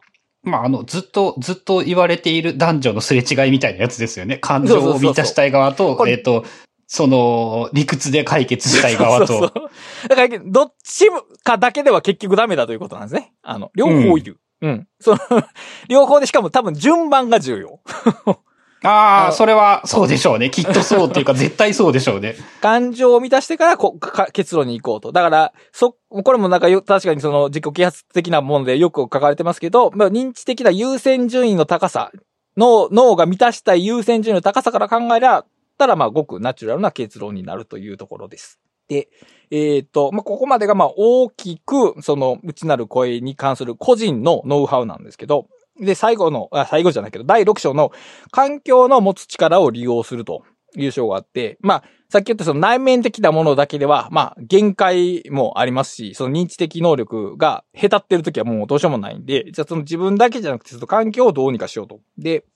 まあ、ずっと言われている男女のすれ違いみたいなやつですよね。感情を満たしたい側と、その、理屈で解決したい側と。 そう。だから、どっちかだけでは結局ダメだということなんですね。両方いる。両方でしかも多分順番が重要。 ああ、それはそうでしょうね。きっとそうっていうか絶対そうでしょうね。 感情を満たしてから結論に行こうと。だから、これもなんか確かにその自己啓発的なものでよく書かれてますけど、まあ、認知的な優先順位の高さ、脳が満たしたい優先順位の高さから考えたら、まあ、ごくナチュラルな結論になるというところです。で、まあ、ここまでがまあ大きく、その内なる声に関する個人のノウハウなんですけど、で、最後じゃないけど、第6章の環境の持つ力を利用するという章があって、まあ、さっき言ったその内面的なものだけでは、まあ、限界もありますし、その認知的能力が下手ってるときはもうどうしようもないんで、じゃあその自分だけじゃなくて、その環境をどうにかしようと。で、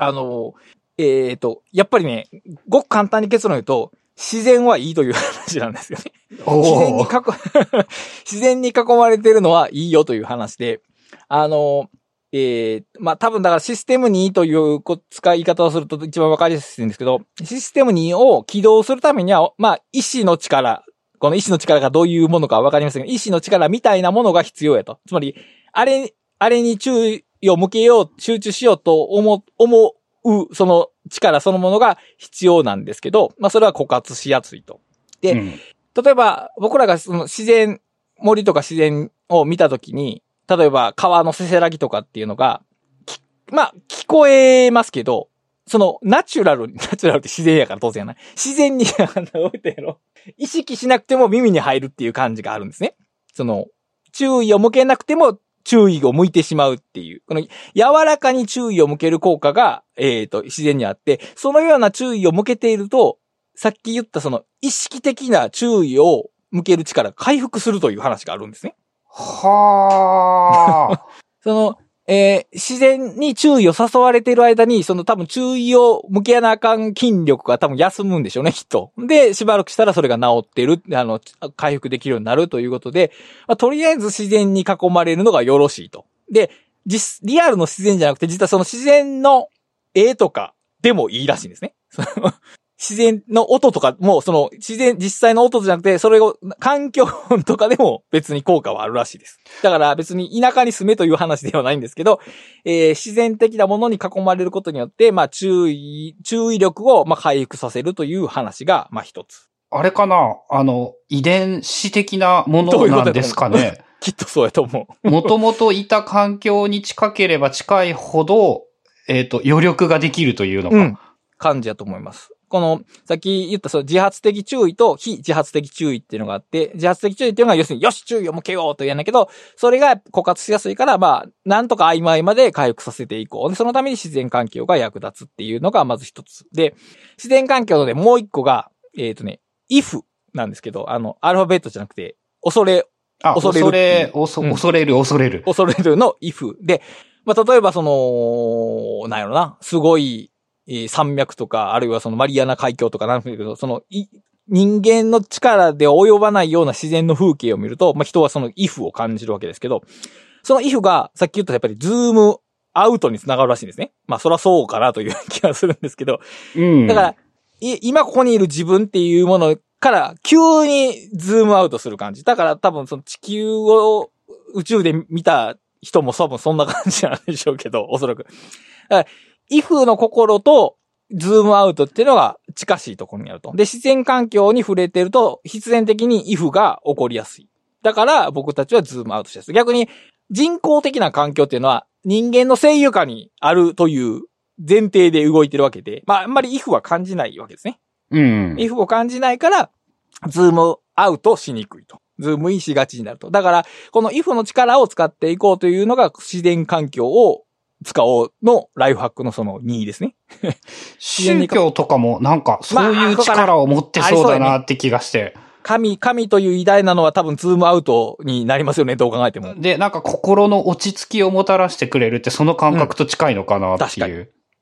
やっぱりね、ごく簡単に結論言うと、自然はいいという話なんですよね。自然に囲まれてるのはいいよという話で、まあ、多分だからシステム2という使い方をすると一番わかりやすいんですけど、システム2を起動するためには、まあ、意志の力、この意志の力がどういうものかわかりませんが、意志の力みたいなものが必要やと。つまり、あれに注意を向けよう、集中しようと思う、その力そのものが必要なんですけど、まあ、それは枯渇しやすいと。で、例えば、僕らがその森とか自然を見たときに、例えば川のせせらぎとかっていうのが、まあ、聞こえますけど、そのナチュラルって自然やから当然やない。自然に、意識しなくても耳に入るっていう感じがあるんですね。その、注意を向けなくても注意を向いてしまうっていう、この柔らかに注意を向ける効果が、自然にあって、そのような注意を向けていると、さっき言ったその意識的な注意を向ける力が回復するという話があるんですね。 はあ。 その、自然に注意を誘われている間に、その多分注意を向けなあかん筋力が多分休むんでしょうね、きっと。で、しばらくしたらそれが治ってる、回復できるようになるということで、まあ、とりあえず自然に囲まれるのがよろしいと。で、リアルの自然じゃなくて、実はその自然の絵とかでもいいらしいんですね。自然の音とかも、その実際の音じゃなくて、それを環境音とかでも別に効果はあるらしいです。だから別に田舎に住めという話ではないんですけど、自然的なものに囲まれることによって、まあ注意力をまあ回復させるという話が、まあ一つ。 あれかな遺伝子的なものなんですかね。 きっとそうやと思う。もともといた環境に近ければ近いほど、余力ができるというのか。 感じやと思います。この、さっき言ったその自発的注意と非自発的注意っていうのがあって、自発的注意っていうのが要するによし注意を向けようと言うんだけど、それが枯渇しやすいから、まあ、なんとか曖昧まで回復させていこう。で、そのために自然環境が役立つっていうのがまず一つ。で、自然環境のでもう一個が、if なんですけど、アルファベットじゃなくて、恐れるの if で、まあ、例えばなんやろな、すごい、山脈とか、あるいはそのマリアナ海峡とかなんだけど、その、人間の力で及ばないような自然の風景を見ると、まあ、人はその if を感じるわけですけど、その if が、さっき言ったやっぱりズームアウトにつながるらしいんですね。まあ、そらそうかなという気がするんですけど。だから、今ここにいる自分っていうものから急にズームアウトする感じ。だから多分その地球を宇宙で見た人も多分そんな感じなんでしょうけど、おそらく。だからif の心とズームアウトっていうのが近しいところにあると。で、自然環境に触れてると必然的に if が起こりやすい。だから僕たちはズームアウトしやすい。逆に人工的な環境っていうのは人間の制御下にあるという前提で動いてるわけで、まああんまり if は感じないわけですね。if を感じないからズームアウトしにくいと。ズームインしがちになると。だからこの if の力を使っていこうというのが自然環境を使おうのライフハックのその2ですね。 宗教とかもなんかそういう力を持ってそうだなって気がして。 神という偉大なのは多分ズームアウトになりますよね、どう考えても。 で、なんか心の落ち着きをもたらしてくれるってその感覚と近いのかなっていう。 確かに。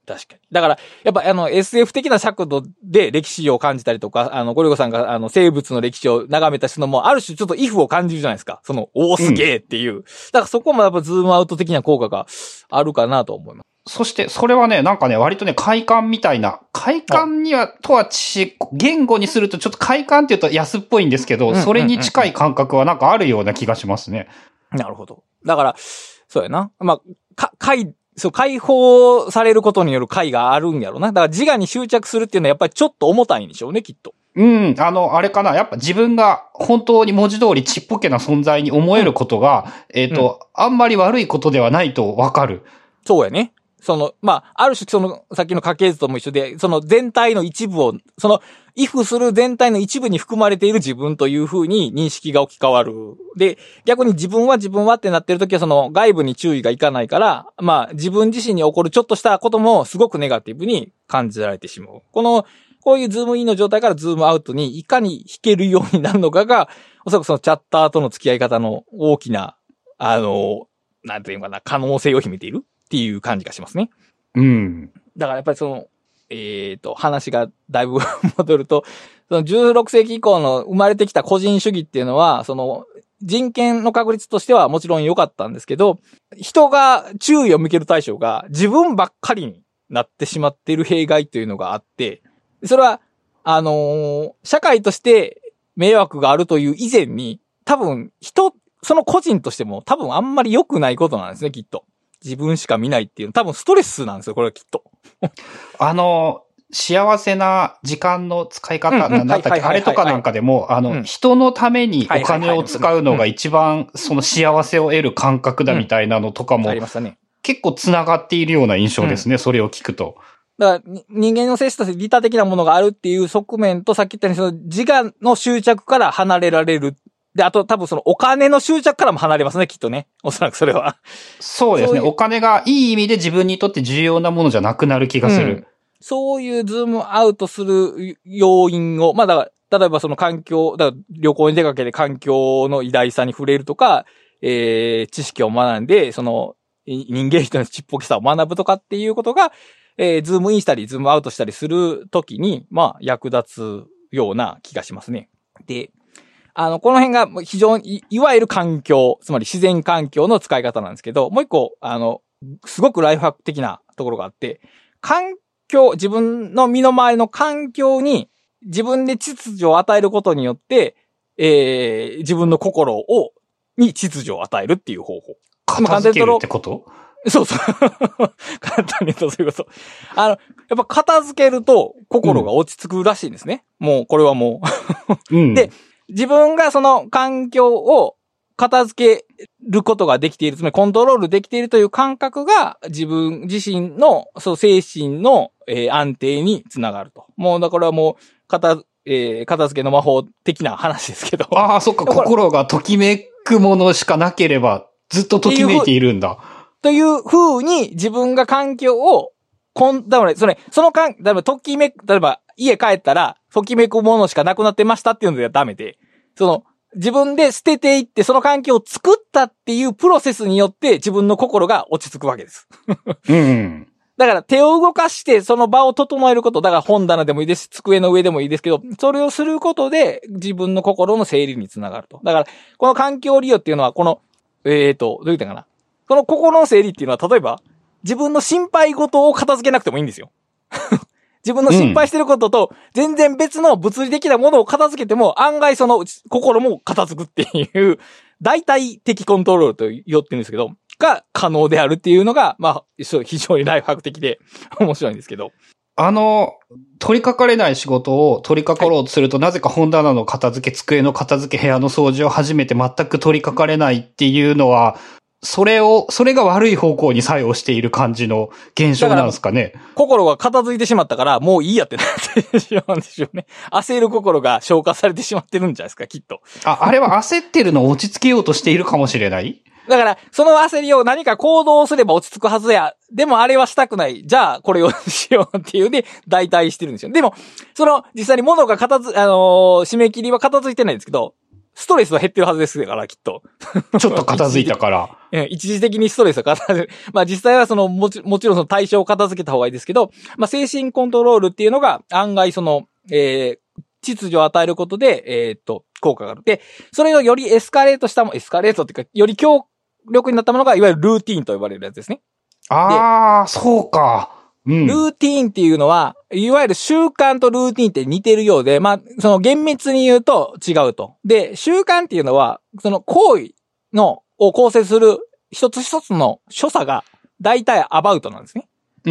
確かに。だから、やっぱSF 的な尺度で歴史を感じたりとか、ゴリゴさんが生物の歴史を眺めたのも、ある種ちょっとイフを感じるじゃないですか。おーすげーっていう。だからそこもやっぱズームアウト的な効果があるかなと思います。 そして、それはね、なんかね、割とね、快感みたいな、快感には、言語にするとちょっと快感って言うと安っぽいんですけど、それに近い感覚はなんかあるような気がしますね。 なるほど。だから、そうやな。まあ、解放されることによる解があるんやろな。だから自我に執着するっていうのはやっぱりちょっと重たいんでしょうね、きっと。 あれかな。やっぱ自分が本当に文字通りちっぽけな存在に思えることが、あんまり悪いことではないとわかる。 そうやね。まあ、ある種さっきの家系図とも一緒で、全体の一部を、イフする全体の一部に含まれている自分という風に認識が置き換わる。で、逆に自分はってなってるときは外部に注意がいかないから、まあ自分自身に起こるちょっとしたこともすごくネガティブに感じられてしまう。こういうズームインの状態からズームアウトにいかに引けるようになるのかが、おそらくチャッターとの付き合い方の大きな、なんていうかな、可能性を秘めているっていう感じがしますね。だからやっぱり話がだいぶ戻ると、16世紀以降の生まれてきた個人主義っていうのは、人権の確率としてはもちろん良かったんですけど、人が注意を向ける対象が自分ばっかりになってしまっている弊害というのがあって、それは、社会として迷惑があるという以前に、多分その個人としても多分あんまり良くないことなんですね、きっと。自分しか見ないっていうの多分ストレスなんですよ、これはきっと。 幸せな時間の使い方、なんだっけ、あれとかなんかでも、人のためにお金を使うのが一番その幸せを得る感覚だみたいなのとかも、 ありましたね。 結構繋がっているような印象ですね、それを聞くと。 だから人間の性質として利他的なものがあるっていう側面と、さっき言ったように自我の執着から離れられる。で、あと多分お金の執着からも離れますね、きっとね。おそらくそれは。 そうですね。お金がいい意味で自分にとって重要なものじゃなくなる気がする。 そういうズームアウトする要因を、まあだから、例えば環境、だから旅行に出かけて環境の偉大さに触れるとか、知識を学んで、人間人のちっぽけさを学ぶとかっていうことが、ズームインしたり、ズームアウトしたりするときに、まあ、役立つような気がしますね。で、この辺が非常に、いわゆる環境、つまり自然環境の使い方なんですけど、もう一個、すごくライフハック的なところがあって、自分の身の回りの環境に自分で秩序を与えることによって、自分の心に秩序を与えるっていう方法。 片付けるってこと？ そうそう。簡単に言うとそういうこと。やっぱ片付けると心が落ち着くらしいんですね。もう、これはもう。で、自分がその環境を片付けることができている、つまりコントロールできているという感覚が自分自身の精神の、安定につながると。もうだからもう片付けの魔法的な話ですけど。 ああ、そっか、心がときめくものしかなければずっとときめいているんだ。 という風に自分が環境をだから例えばときめく、例えば家帰ったらときめくものしかなくなってましたっていうのではダメで、自分で捨てていってその環境を作ったっていうプロセスによって自分の心が落ち着くわけです。だから手を動かしてその場を整えること、だから本棚でもいいですし、机の上でもいいですけど、それをすることで自分の心の整理につながると。だから、この環境利用っていうのは、どう言ったかな。その心の整理っていうのは、例えば、自分の心配事を片付けなくてもいいんですよ。自分の心配してることと、全然別の物理的なものを片付けても、案外その心も片付くっていう、代替的コントロールと言ってるんですけど、が可能であるっていうのが、まあ、非常にライフハック的で面白いんですけど。 取り掛かれない仕事を取り掛かろうとすると、なぜか本棚の片付け、机の片付け、部屋の掃除を始めて全く取り掛かれないっていうのは、それが悪い方向に作用している感じの現象なんですかね。 心が片付いてしまったから、もういいやってなってしまうんでしょうね。焦る心が消化されてしまってるんじゃないですか、きっと。 あれは焦ってるのを落ち着けようとしているかもしれない？ だから、その焦りを何か行動すれば落ち着くはずや。でもあれはしたくない。じゃあ、これをしようっていうで、代替してるんですよ。でも、実際に物が締め切りは片付いてないんですけど、 ストレスは減ってるはずですから、きっと。 ちょっと片付いたから。 一時的にストレスが片付け、まあ実際はもちろんその対象を片付けた方がいいですけど、まあ精神コントロールっていうのが案外秩序を与えることで、効果がある。で、それをよりエスカレートっていうか、より強力になったものが、いわゆるルーティーンと呼ばれるやつですね。 ああ、そうか。うん。 ルーティーンっていうのは、いわゆる習慣とルーティーンって似てるようで、まあ、厳密に言うと違うと。で、習慣っていうのは、行為を構成する一つ一つの所作が、大体アバウトなんですね。 うん。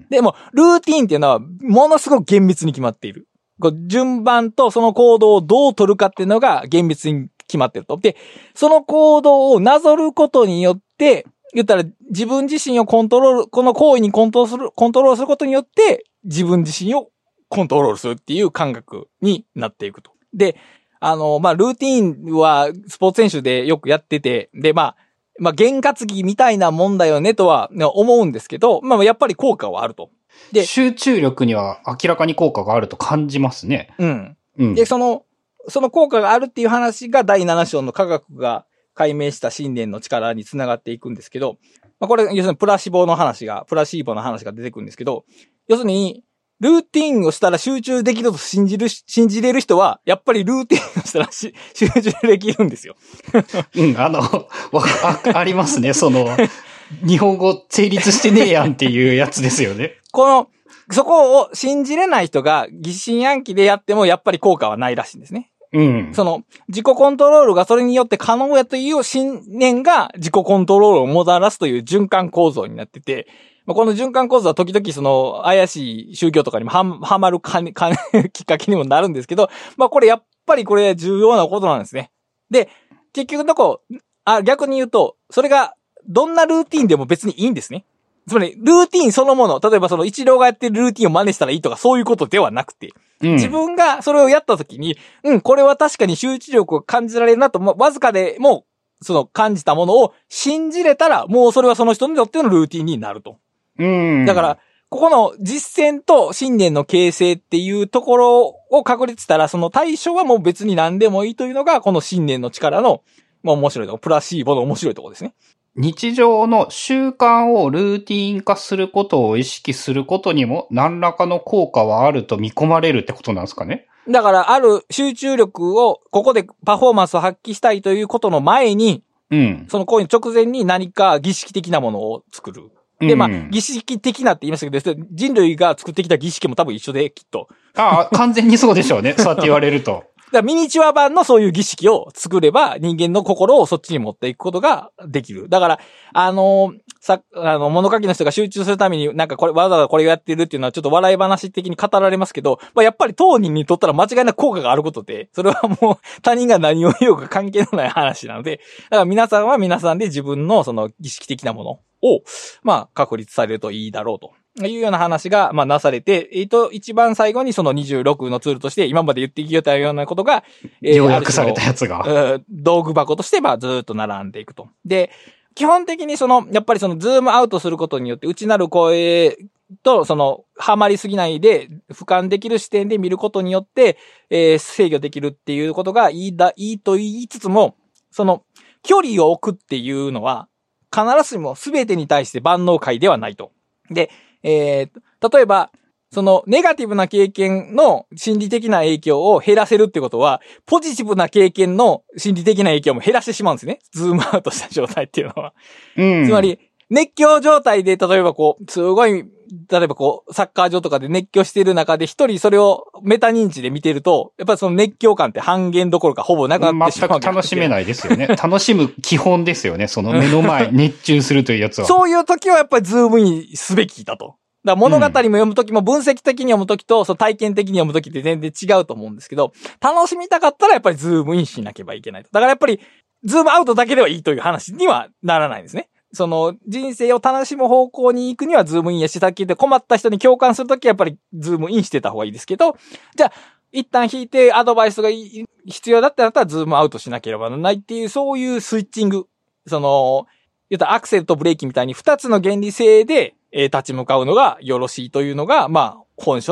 でも、ルーティーンっていうのは、ものすごく厳密に決まっている。順番とその行動をどう取るかっていうのが厳密に決まってると。で、その行動をなぞることによって、言ったら自分自身をこの行為にコントロールすることによって、自分自身をコントロールするっていう感覚になっていくと。で、まあ、ルーティーンはスポーツ選手でよくやってて、で、まあ、験担ぎみたいなもんだよねとは思うんですけど、まあ、やっぱり効果はあると。 で、集中力には明らかに効果があると感じますね。 うん。で、その効果があるっていう話が第7章の科学が解明した信念の力につながっていくんですけど、まあ、これ、要するにプラシーボの話が出てくるんですけど、要するに、ルーティンをしたら集中できると信じれる人は、やっぱりルーティンをしたら集中できるんですよ。 うん、ありますね、日本語成立してねえやんっていうやつですよね。 そこを信じれない人が疑心暗鬼でやってもやっぱり効果はないらしいんですね。 うん。 自己コントロールがそれによって可能やという信念が自己コントロールをもたらすという循環構造になってて、まあ、この循環構造は時々怪しい宗教とかにもはまるきっかけにもなるんですけど、まあやっぱりこれ重要なことなんですね。で、結局逆に言うと、それがどんなルーティンでも別にいいんですね。つまり、ルーティンそのもの、例えば一郎がやってるルーティンを真似したらいいとかそういうことではなくて、自分がそれをやった時に、これは確かに集中力を感じられるなと、わずかでも、感じたものを信じれたら、もうそれはその人にとってのルーティンになると。だから、ここの実践と信念の形成っていうところを確立したら、その対象はもう別に何でもいいというのが、この信念の力の、面白いところ、プラシーボの面白いところですね。 日常の習慣をルーティーン化することを意識することにも何らかの効果はあると見込まれるってことなんですかね。 だから、ある集中力を、ここでパフォーマンスを発揮したいということの前に、その行為の直前に何か儀式的なものを作る。で、まあ、儀式的なって言いましたけど、人類が作ってきた儀式も多分一緒で、きっと。 ああ、完全にそうでしょうね。そうやって言われると。 だからミニチュア版のそういう儀式を作れば人間の心をそっちに持っていくことができる。だから、物書きの人が集中するためになんかわざわざこれをやってるっていうのはちょっと笑い話的に語られますけど、まあ、やっぱり当人にとったら間違いなく効果があることで、それはもう他人が何を言おうか関係のない話なので、だから皆さんは皆さんで自分の儀式的なものを、まあ、確立されるといいだろうと。いうような話が、まあ、なされて、一番最後に26のツールとして、今まで言ってきたようなことが、 要約されたやつが。 道具箱として、まあ、ずっと並んでいくと。で、基本的にやっぱりズームアウトすることによって、内なる声と、はまりすぎないで、俯瞰できる視点で見ることによって、制御できるっていうことがいいと言いつつも、距離を置くっていうのは、必ずしも全てに対して万能解ではないと。で、例えば、ネガティブな経験の心理的な影響を減らせるってことは、ポジティブな経験の心理的な影響も減らしてしまうんですね。ズームアウトした状態っていうのは。つまり、熱狂状態で、例えばすごい、サッカー場とかで熱狂している中で一人それをメタ認知で見てると、やっぱり熱狂感って半減どころかほぼなくなってしまう。 全く楽しめないですよね。楽しむ基本ですよね。目の前、熱中するというやつは。 そういう時はやっぱりズームインすべきだと。だから物語も読むときも分析的に読むときと、体験的に読むときって全然違うと思うんですけど、楽しみたかったらやっぱりズームインしなければいけないと。だからやっぱり、ズームアウトだけではいいという話にはならないんですね。人生を楽しむ方向に行くにはズームインやし、さっき言って困った人に共感するときはやっぱりズームインしてた方がいいですけど、じゃあ、一旦引いてアドバイスが必要だったらズームアウトしなければならないっていう、そういうスイッチング。言ったらアクセルとブレーキみたいに二つの原理性で、立ち向かうのがよろしいというのが、まあ、本書の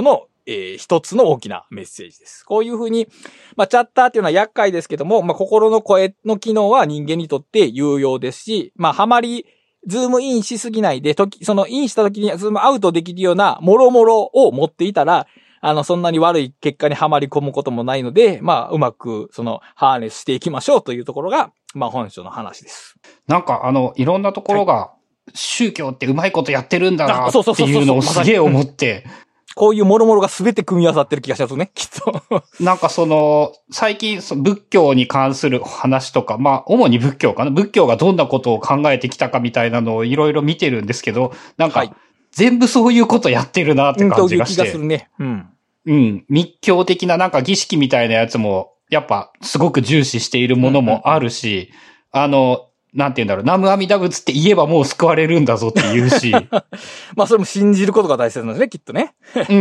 一つの大きなメッセージです。こういうふうに、まあ、チャッターっていうのは厄介ですけども、まあ、心の声の機能は人間にとって有用ですし、まあ、ズームインしすぎないで、そのインした時にズームアウトできるようなもろもろを持っていたら、そんなに悪い結果にはまり込むこともないので、まあ、うまく、ハーネスしていきましょうというところが、まあ、本書の話です。 なんか、いろんなところが、宗教ってうまいことやってるんだなそうそうっていうのをすげえ思って、 こういうもろもろが全て組み合わさってる気がしますね、きっと。 なんか最近仏教に関する話とか、まあ、主に仏教かな。仏教がどんなことを考えてきたかみたいなのをいろいろ見てるんですけど、なんか、全部そういうことやってるなって感じがして。 という気がするね。うん。 うん。密教的ななんか儀式みたいなやつも、やっぱすごく重視しているものもあるし、なんて言うんだろう、南無阿弥陀仏って言えばもう救われるんだぞって言うし。 まあそれも信じることが大切なんですね、きっとね。 うん。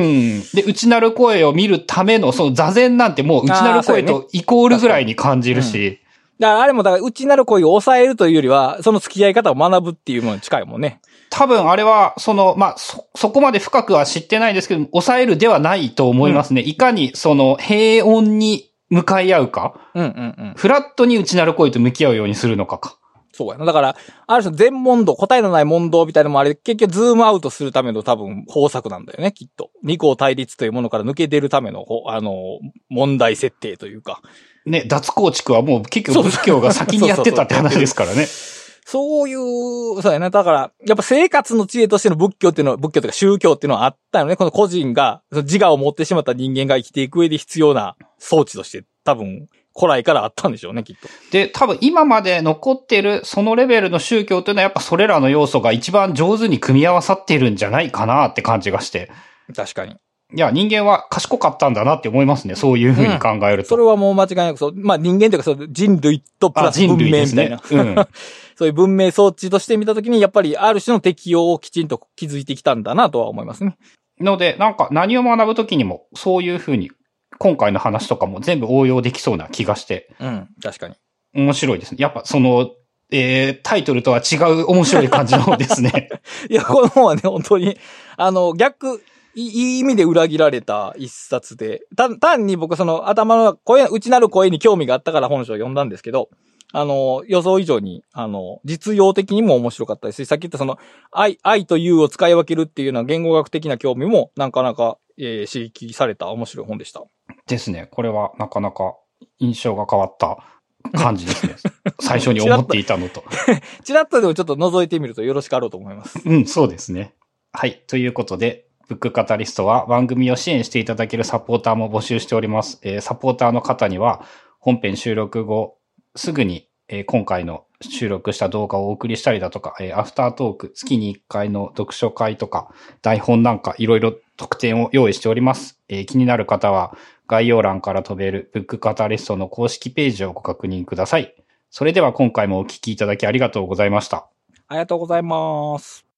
で、内なる声を見るための、その座禅なんてもう内なる声とイコールぐらいに感じるし。 だからあれもだから内なる声を抑えるというよりは、その付き合い方を学ぶっていうものに近いもんね。 多分あれは、まあ、そこまで深くは知ってないですけど、抑えるではないと思いますね。いかに平穏に向かい合うか。フラットに内なる声と向き合うようにするのか。 そうやな。だから、ある種全問答、答えのない問答みたいなのもあれ、結局ズームアウトするための多分方策なんだよね、きっと。二項対立というものから抜け出るための、問題設定というか。 ね、脱構築はもう結局仏教が先にやってたって話ですからね。 そういう、そうやね。だから、やっぱ生活の知恵としての仏教というか宗教っていうのはあったよね。この個人が、自我を持ってしまった人間が生きていく上で必要な装置として多分、古来からあったんでしょうね、きっと。 で、多分今まで残ってるそのレベルの宗教というのはやっぱそれらの要素が一番上手に組み合わさっているんじゃないかなって感じがして。 確かに。 いや、人間は賢かったんだなって思いますね。そういう風に考えると。 それはもう間違いなくそう。まあ人間というか人類とプラス文明みたいな。そういう文明装置として見たときに、やっぱりある種の適用をきちんと築いてきたんだなとは思いますね。 ので、なんか何を学ぶときにも、そういう風に、今回の話とかも全部応用できそうな気がして。 うん、確かに。 面白いですね。やっぱタイトルとは違う面白い感じの方ですね。 いや、この本はね、本当に、いい意味で裏切られた一冊で、単に僕頭の内なる声に興味があったから本書を読んだんですけど、予想以上に、実用的にも面白かったですし、さっき言った愛というを使い分けるっていうのは言語学的な興味もなかなか、刺激された面白い本でした。 ですね。これはなかなか印象が変わった感じですね。最初に思っていたのと。 ちらっとでもちょっと覗いてみるとよろしかろうと思います。 うん、そうですね。はい。ということで、ブックカタリストは番組を支援していただけるサポーターも募集しております。サポーターの方には本編収録後すぐに今回の収録した動画をお送りしたりだとか、アフタートーク、月に1回の読書会とか、台本なんかいろいろ特典を用意しております。気になる方は概要欄から飛べるブックカタリストの公式ページをご確認ください。それでは今回もお聞きいただきありがとうございました。 ありがとうございます。